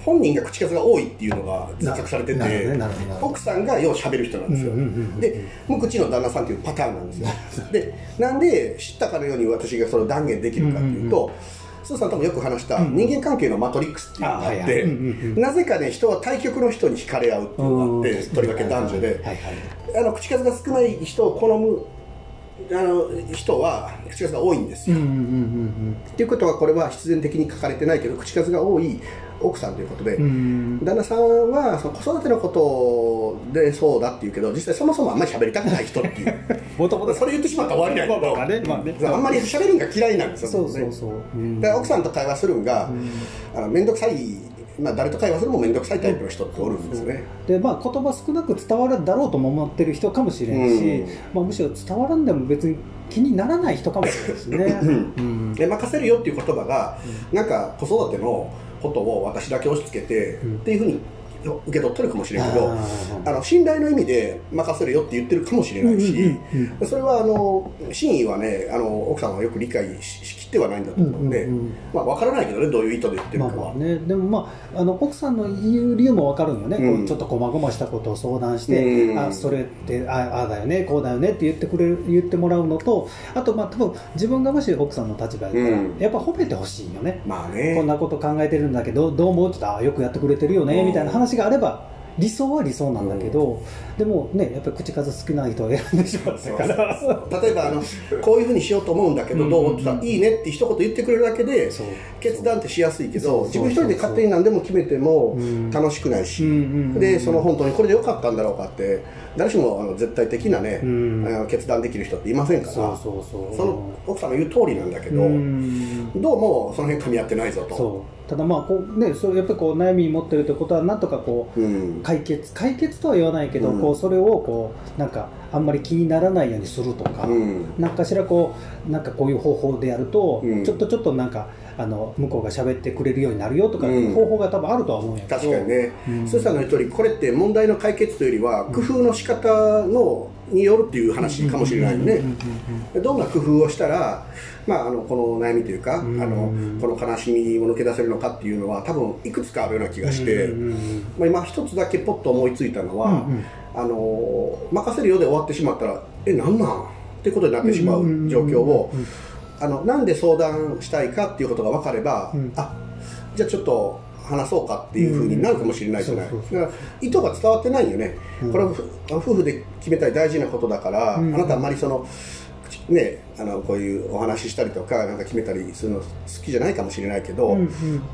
本人が口数が多いっていうのが自覚されてて、奥さんがよう喋る人なんですよ。で無口の旦那さんっていうパターンなんですよ。でなんで知ったかのように私がそれを断言できるかっていうと、スーさんともよく話した人間関係のマトリックスっていうのがあって、なぜかね人は対極の人に惹かれ合うっていうのがあって、とりわけ男女であの口数が少ない人を好むあの人は口数が多いんですよ。っていうことはこれは必然的に書かれてないけど口数が多い奥さんということで、旦那さんはその子育てのことでそうだっていうけど実際そもそもあんまり喋りたくない人っていうもともとそれ言ってしまったら終わりなんだけど、あんまり喋るのが嫌いなんですよ。そうそうそう。だから奥さんと会話するのが面倒くさい、まあ誰と会話するのも面倒くさいタイプの人っておるんですね。 でまあ言葉少なく伝わるだろうとも思ってる人かもしれんし、うんまあ、むしろ伝わらんでも別に気にならない人かもしれないですね。 うん、で任せるよっていう言葉が、うん、なんか子育てのことを私だけ押し付けて、うん、っていうふうに受け取ってるかもしれんけど、あの信頼の意味で任せるよって言ってるかもしれないし、それはあの真意はねあの奥さんはよく理解しきってはないんだと思うんで、まあ分からないけどねどういう意図で言ってるかは。まあまあね、 でもまああの奥さんの言う理由も分かるんよね。うん、こうちょっとこまごましたことを相談して、うん、あそれってああだよねこうだよねって言ってくれる言ってもらうのと、あとまあ多分自分がもし奥さんの立場やったら、うん、やっぱ褒めてほしいよね。まあねこんなこと考えてるんだけどどう思うって言ったらあよくやってくれてるよね、うん、みたいな話があれば理想は理想なんだけど、うん、でもねやっぱり口数少ない人は選んでしまったから例えばあのこういうふうにしようと思うんだけどどう思ってたらいいねって一言言ってくれるだけで決断ってしやすいけど自分一人で勝手に何でも決めても楽しくないし、でその本当にこれでよかったんだろうかって誰しもあの絶対的なね、うん、決断できる人っていませんから、そうそうそうその奥さんの言う通りなんだけど、うん、どうもその辺噛み合ってないぞと。そうただまあこうね、それやっぱりこう悩み持ってるってことはなんとかこう、うん、解決解決とは言わないけど、うん、こうそれをこうなんかあんまり気にならないようにするとか、うん、なんかしらこうなんかこういう方法でやると、うん、ちょっとちょっとなんかあの向こうが喋ってくれるようになるよとか、うん、方法が多分あるとは思うんやけど、 確かにね、スーさんの言う通りこれって問題の解決というよりは工夫の仕方のによるっていう話かもしれないよね。どんな工夫をしたら、まあ、あのこの悩みというか、うん、あのこの悲しみを抜け出せるのかっていうのは多分いくつかあるような気がして、まあ、今一つだけポッと思いついたのは、うんうん、あの任せるようで終わってしまったらえなんなんってことになってしまう状況をあのなんで相談したいかっていうことが分かれば、うん、あじゃあちょっと話そうかっていうふうになるかもしれないじゃない。だから意図が伝わってないよね、うん、これは夫婦で決めたい大事なことだから、うん、あなたあんまりそのね、あのこういうお話ししたりとかなんか決めたりするの好きじゃないかもしれないけど、うんうん、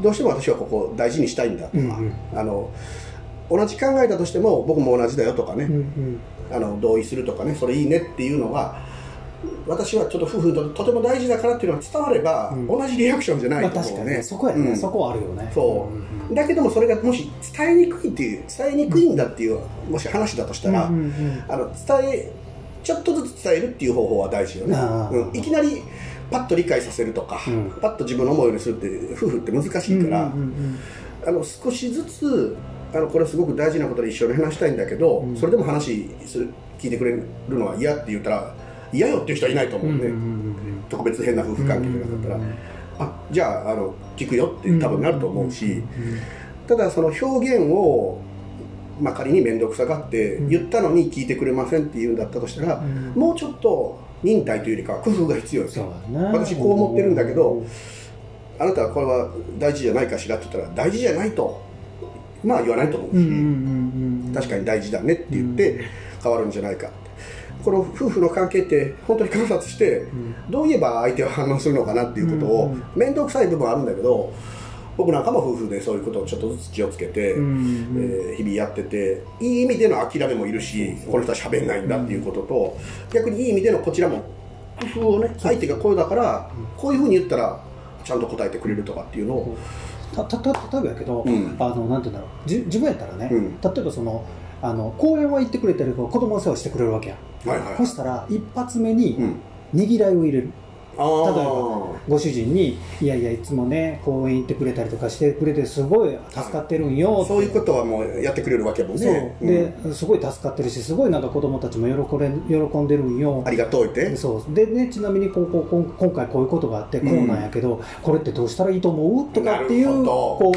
どうしても私はここ大事にしたいんだとか、うんうん、あの同じ考えだとしても僕も同じだよとかね、うんうん、あの同意するとかねそれいいねっていうのが私はちょっと夫婦ととても大事だからっていうのが伝われば、うん、同じリアクションじゃないと思うね、まあ、確かにねそこやね、うん、そこはあるよね。そう、うん、だけどもそれがもし伝えにくいっていう伝えにくいんだっていう、うん、もし話だとしたら、うんうんうん、あの伝えちょっとずつ伝えるっていう方法は大事よね、うん、いきなりパッと理解させるとか、うん、パッと自分の思うようにするって夫婦って難しいから、うんうんうん、あの少しずつあのこれすごく大事なことで一緒に話したいんだけど、うん、それでも話する聞いてくれるのは嫌って言ったら嫌よっていう人はいないと思うね、うんうんうん、特別変な夫婦関係だったら、うんうんうん、あじゃあ、あの聞くよって多分なると思うし、うんうんうん、ただその表現をまあ、仮に面倒くさがって言ったのに聞いてくれませんって言うんだったとしたら、うん、もうちょっと忍耐というよりかは工夫が必要ですよ、ね、私こう思ってるんだけどあなたはこれは大事じゃないかしらって言ったら大事じゃないとまあ言わないと思うし、うんうんうんうん、確かに大事だねって言って変わるんじゃないかって。この夫婦の関係って本当に観察してどう言えば相手は反応するのかなっていうことを面倒くさい部分はあるんだけど僕なんかも夫婦でそういうことをちょっとずつ気をつけて、うんうんえー、日々やってていい意味での諦めもいるしこの人は喋んないんだっていうことと、うん、逆にいい意味でのこちらも工夫をね相手がこうだからこういうふうに言ったらちゃんと答えてくれるとかっていうのをたた例えばやけど、うん、あのなんていうんだろうじ自分やったらね、うん、例えばそのあの公園は行ってくれてるけど子供の世話してくれるわけや、はいはい、そしたら一発目にねぎらいを入れる、例えばご主人にいやいやいつもね公園行ってくれたりとかしてくれてすごい助かってるんよって、 そういうことはもうやってくれるわけもんね。 そうで、うん、すごい助かってるしすごいなんか子供たちも喜んで喜んでるんよありがとうってそうでねちなみにこうこう今回こういうことがあってこうなんやけど、うん、これってどうしたらいいと思うとかっていうこう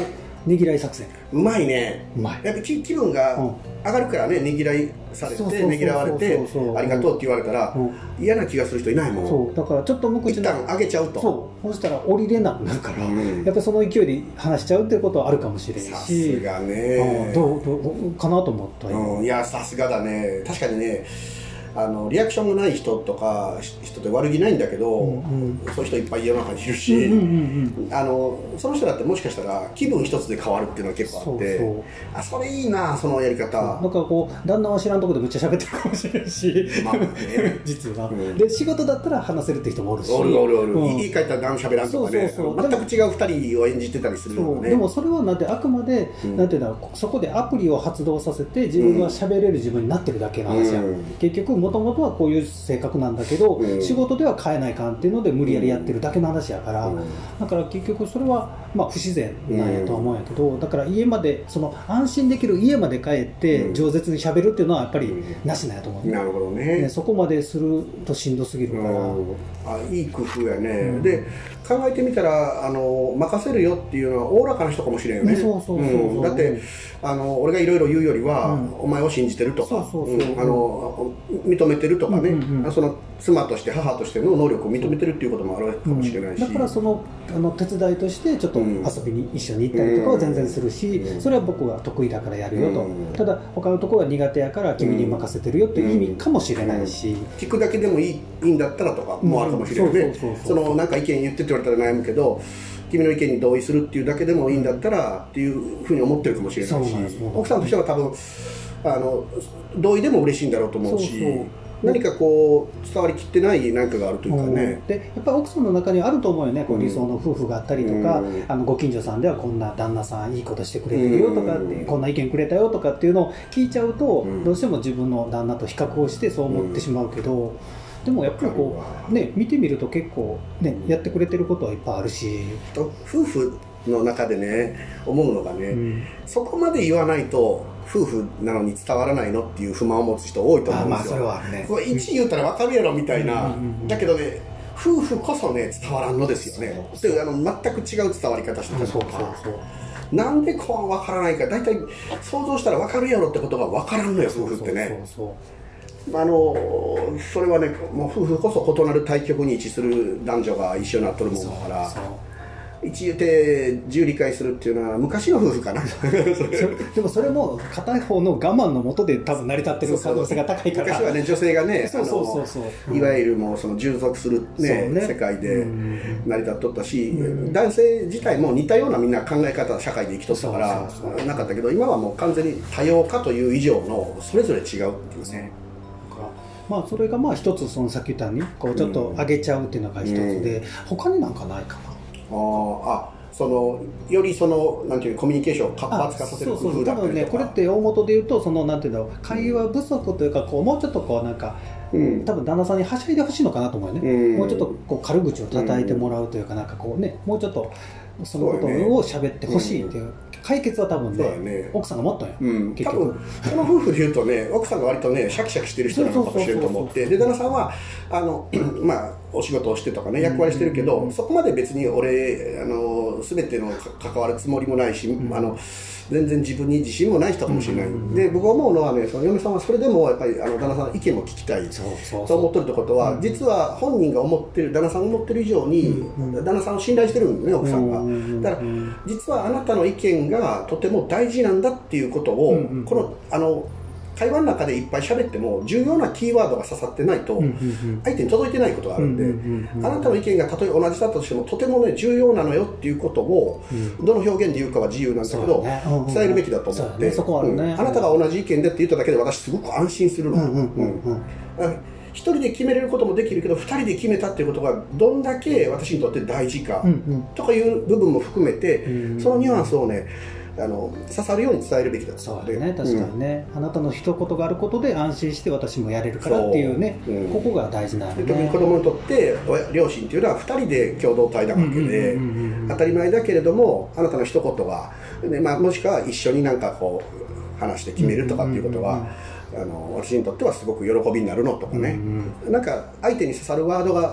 ねぎらい作戦。 うまいね。 うまい。 やっぱ気分が上がるからね、ねぎらいされて、ねぎらわれて、ありがとうって言われたら、嫌な気がする人いないもん。 そう、だからちょっと無口な。 一旦上げちゃうと。 そう、そしたら降りれなくなるから、やっぱりその勢いで話しちゃうっていうことはあるかもしれないし。 さすがね。 どう、どうかなと思ったよ。いや、さすがだね。確かにね、あのリアクションがない人とか人って悪気ないんだけど、うんうん、そういう人いっぱい世の中にいるし、あのその人だってもしかしたら気分一つで変わるっていうのは結構あって、そうそう、あ、それいいな、そのやり方。 なんかこう旦那は知らんところでめっちゃ喋ってるかもしれないし、まあね、実は、うん、で仕事だったら話せるって人もおるし、 おるおるおる、うん、言い換えたら何も喋らんとかね、そうそうそう、全く違うふたりを演じてたりするのね。 でもそれはなんてあくまで、うん、なんていうの、そこでアプリを発動させて自分が喋れる自分になってるだけの話や、うん、結局もともとはこういう性格なんだけど、うん、仕事では変えないかんっていうので無理やりやってるだけの話やから、うん、だから結局それはまあ不自然なんやとは思うんやけど、うん、だから家までその安心できる家まで帰って饒舌にしゃべるっていうのはやっぱりなしなんやと思う、ね、 なるほど ね, ねそこまでするとしんどすぎるから、うん、 あ、いい工夫やね、うん、で考えてみたらあの任せるよっていうのはおおらかな人かもしれんよね。そうそうそうそう、うん、だってあの俺がいろいろ言うよりは、うん、お前を信じてるとか認めてるとかね、うんうん、その妻として母としての能力を認めてるっていうこともあるかもしれないし、うん、 だからそのあの手伝いとしてちょっと遊びに一緒に行ったりとかは全然するし、うん、それは僕が得意だからやるよと、うん、ただ他のところは苦手やから君に任せてるよっていう意味かもしれないし、うんうん、 聞くだけでもいい、いいんだったらとかもあるかもしれないね。そのなんか意見言ってって言われたら悩むけど、君の意見に同意するっていうだけでもいいんだったらっていうふうに思ってるかもしれないし、奥さんとしては多分あの同意でも嬉しいんだろうと思うし、そうそう、何かこう伝わりきってない何かがあるというかね、 うん、でやっぱり奥さんの中にはあると思うよね、こう理想の夫婦があったりとか、うん、あのご近所さんではこんな旦那さんいいことしてくれてるよとかって、うん、こんな意見くれたよとかっていうのを聞いちゃうと、うん、どうしても自分の旦那と比較をしてそう思ってしまうけど、うん、でもやっぱりこう、ね、見てみると結構、ね、やってくれてることはいっぱいあるし、 夫婦の中でね思うのがね、うん、そこまで言わないと夫婦なのに伝わらないのっていう不満を持つ人多いと思うんですよ。あ、まあそれはあるね。一言ったら分かるやろみたいな、うんうんうん、だけどね夫婦こそね伝わらんのですよね。であの全く違う伝わり方してるとか、なんでこう分からないか、大体想像したら分かるやろってことが分からんのよ、夫婦ってね。そうそうそう、あのそれはね、もう夫婦こそ異なる対極に位置する男女が一緒になっとるもんだから、そうそう、一言で十理解するっていうのは昔の夫婦かなでもそれも片方の我慢のもとで多分成り立ってる可能性が高いから、 昔はね女性がねいわゆるもうその従属する、ねね、世界で成り立っとったし、うん、男性自体も似たようなみんな考え方社会で生きとったからなかったけど、今はもう完全に多様化という以上のそれぞれ違うっていうね。 まあそれがまあ一つ、そのさっき言ったようにこうちょっと上げちゃうっていうのが一つで、うん、他になんかないかな。 ああ、そのよりそのなんていうコミュニケーションを活発化させる工夫だったりとか、多分ねこれって大元で言うとそのなんていうんだろう、会話不足というかこうもうちょっとこうなんか、うん、多分旦那さんにはしゃいでほしいのかなと思うよね、うん、もうちょっとこう軽口を叩いてもらうというか、なんかこうねもうちょっとそのことを喋ってほしいっていう。解決は多分 ね, ね奥さんが持ったんや、うん、結局その夫婦でいうとね奥さんが割とねシャキシャキしてる人なのかもしれんと思って、で旦那さんはあのまあお仕事をしてとかね役割してるけど、うん、そこまで別に俺あの全ての関わるつもりもないし、うん、あの全然自分に自信もない人かもしれない、うん、で僕が思うのはね、その嫁さんはそれでもやっぱりあの旦那さんの意見も聞きたいと思ってるってことは、うん、実は本人が思ってる旦那さんが思ってる以上に、うん、旦那さんを信頼してるんだね奥さんが、うん、だから実はあなたの意見がとても大事なんだっていうことを、うん、このあの会話の中でいっぱい喋っても重要なキーワードが刺さってないと相手に届いてないことがあるんで、あなたの意見がたとえ同じだったとしてもとてもね重要なのよっていうことをどの表現で言うかは自由なんだけど伝えるべきだと思って、あなたが同じ意見でって言っただけで私すごく安心するの。一人で決めれることもできるけど二人で決めたっていうことがどんだけ私にとって大事かとかいう部分も含めて、そのニュアンスをねあの刺さるように伝えるべきだと思う。 そうね、確かにね、うん、あなたの一言があることで安心して私もやれるからっていうね、うん、ここが大事なんよね。 特に子供にとって両親っていうのはふたりで共同体なわけで当たり前だけれども、あなたの一言が、ねまあ、もしくは一緒になんかこう話して決めるとかっていうことは、あの私にとってはすごく喜びになるのとかね、うんうん、なんか相手に刺さるワードが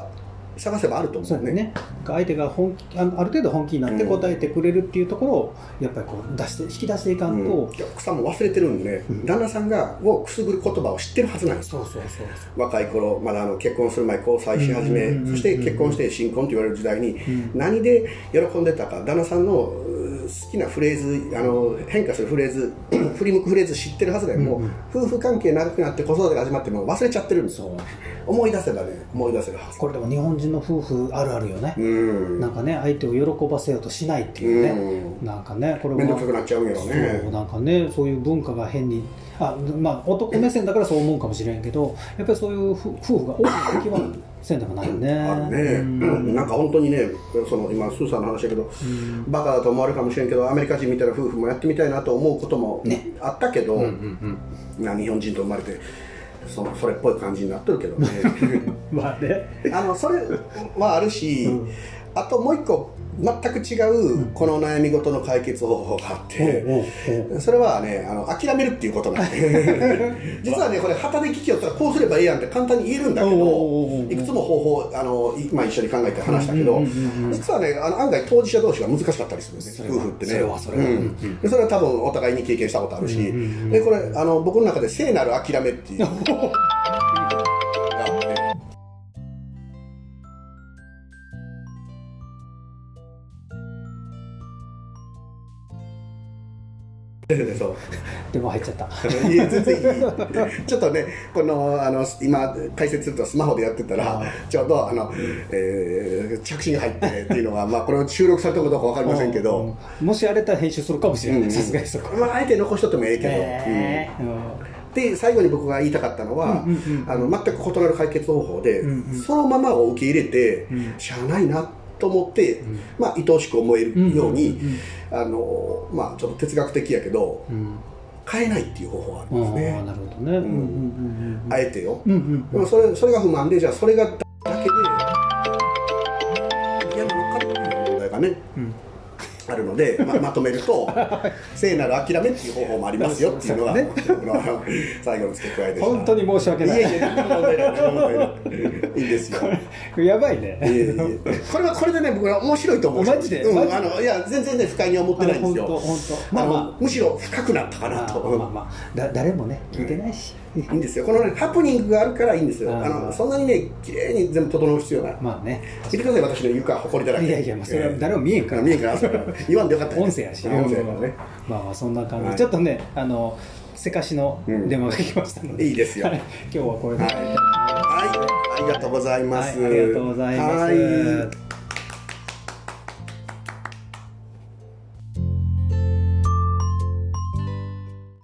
探せばあると思うね。 ね、相手が本気、ある程度本気になって答えてくれるっていうところをやっぱりこう出して引き出していかんと、うん、 奥さんも忘れてるんで、うん、旦那さんがをくすぐる言葉を知ってるはずなんです。 そうそうそうそう、 若い頃まだあの結婚する前交際し始め、そして結婚して新婚と言われる時代に、うん、何で喜んでたか、旦那さんの好きなフレーズ、あの変化するフレーズ振り向くフレーズ知ってるはずで、うん、もう夫婦関係長くなって子育てが始まっても忘れちゃってるんですよ。思い出せばね、思い出せるはず。 これでも日本人の夫婦あるあるよね。うん、なんかね、相手を喜ばせようとしないっていうね、うん、なんかね、これも面倒くさくなっちゃうんやろね。 そうなんかね、そういう文化が変に、あ、まあ男目線だからそう思うかもしれんけど、やっぱりそういう夫婦が多い時はせんでもないよね。 あるね、うん、なんか本当にね、その今スーさんの話だけど、うん、バカだと思われるかもしれんけど、アメリカ人みたいな夫婦もやってみたいなと思うこともあったけど、ね、うんうんうん、日本人と生まれてそのそれっぽい感じになってるけどね。 まあね、 あのそれはあるし、うん、あともう一個全く違うこの悩み事の解決方法があって、うん、それはね、あの諦めるっていうことなんで実はね、これ旗で聞きよったらこうすればいいやんって簡単に言えるんだけど、いくつも方法あの、まあ、一緒に考えて話したけど、実はね、あの案外当事者同士が難しかったりするんですね、夫婦ってね。それはそれは、うん、でそれは多分お互いに経験したことあるし、でこれあの僕の中で聖なる諦めっていうそうでも入っちゃった。 いや全然いい。ちょっとね、このあの今解説するとスマホでやってたらちょうどあの、えー、着信が入ってっていうのが、まあこれを収録されたことか分かりませんけど、 もしあれたら編集するかもしれない。さすがにそこ。 まああえて残しとってもええけど。えーうん、で最後に僕が言いたかったのは、うんうんうん、あの全く異なる解決方法で、うんうん、そのままを受け入れて、うん、しゃあないなと思って、うん、まあ愛おしく思えるように、あのまあちょっと哲学的やけど、うん、変えないっていう方法があるんですね。 あ、なるほどね。 あえてよ。うんうんうん、でもそれそれが不満で、じゃあそれがだけで嫌なのかっていう問題がね。うん、あるので、ま, まとめると聖なる諦めっていう方法もありますよっていうのが、ね、最後の付け加えでした。 本当に申し訳ない。いやいや、問題ないいいですよ。 やばいね。いやいやいや、 これはこれでね、僕は面白いと思う。 マジで、 うん、あのいや全然ね不快には思ってないんですよ。 本当本当。まあまあむしろ深くなったかなと。 まあまあ、まあ、だ誰もね聞いてないし。 いいんですよ。このねハプニングがあるからいいんですよ。あのそんなにね綺麗に全部整う必要ない。 まあね。 見てください、私の床は埃だらけ。 いやいや、もうそれは誰も見えんから。 見えんから言わんでよかった。 音声やし。音声やからね。まあまあそんな感じ。ちょっとね、あのせかしの電話が来ましたので。 いいですよ。 今日はこれで。はい。 ありがとうございます。 ありがとうございます。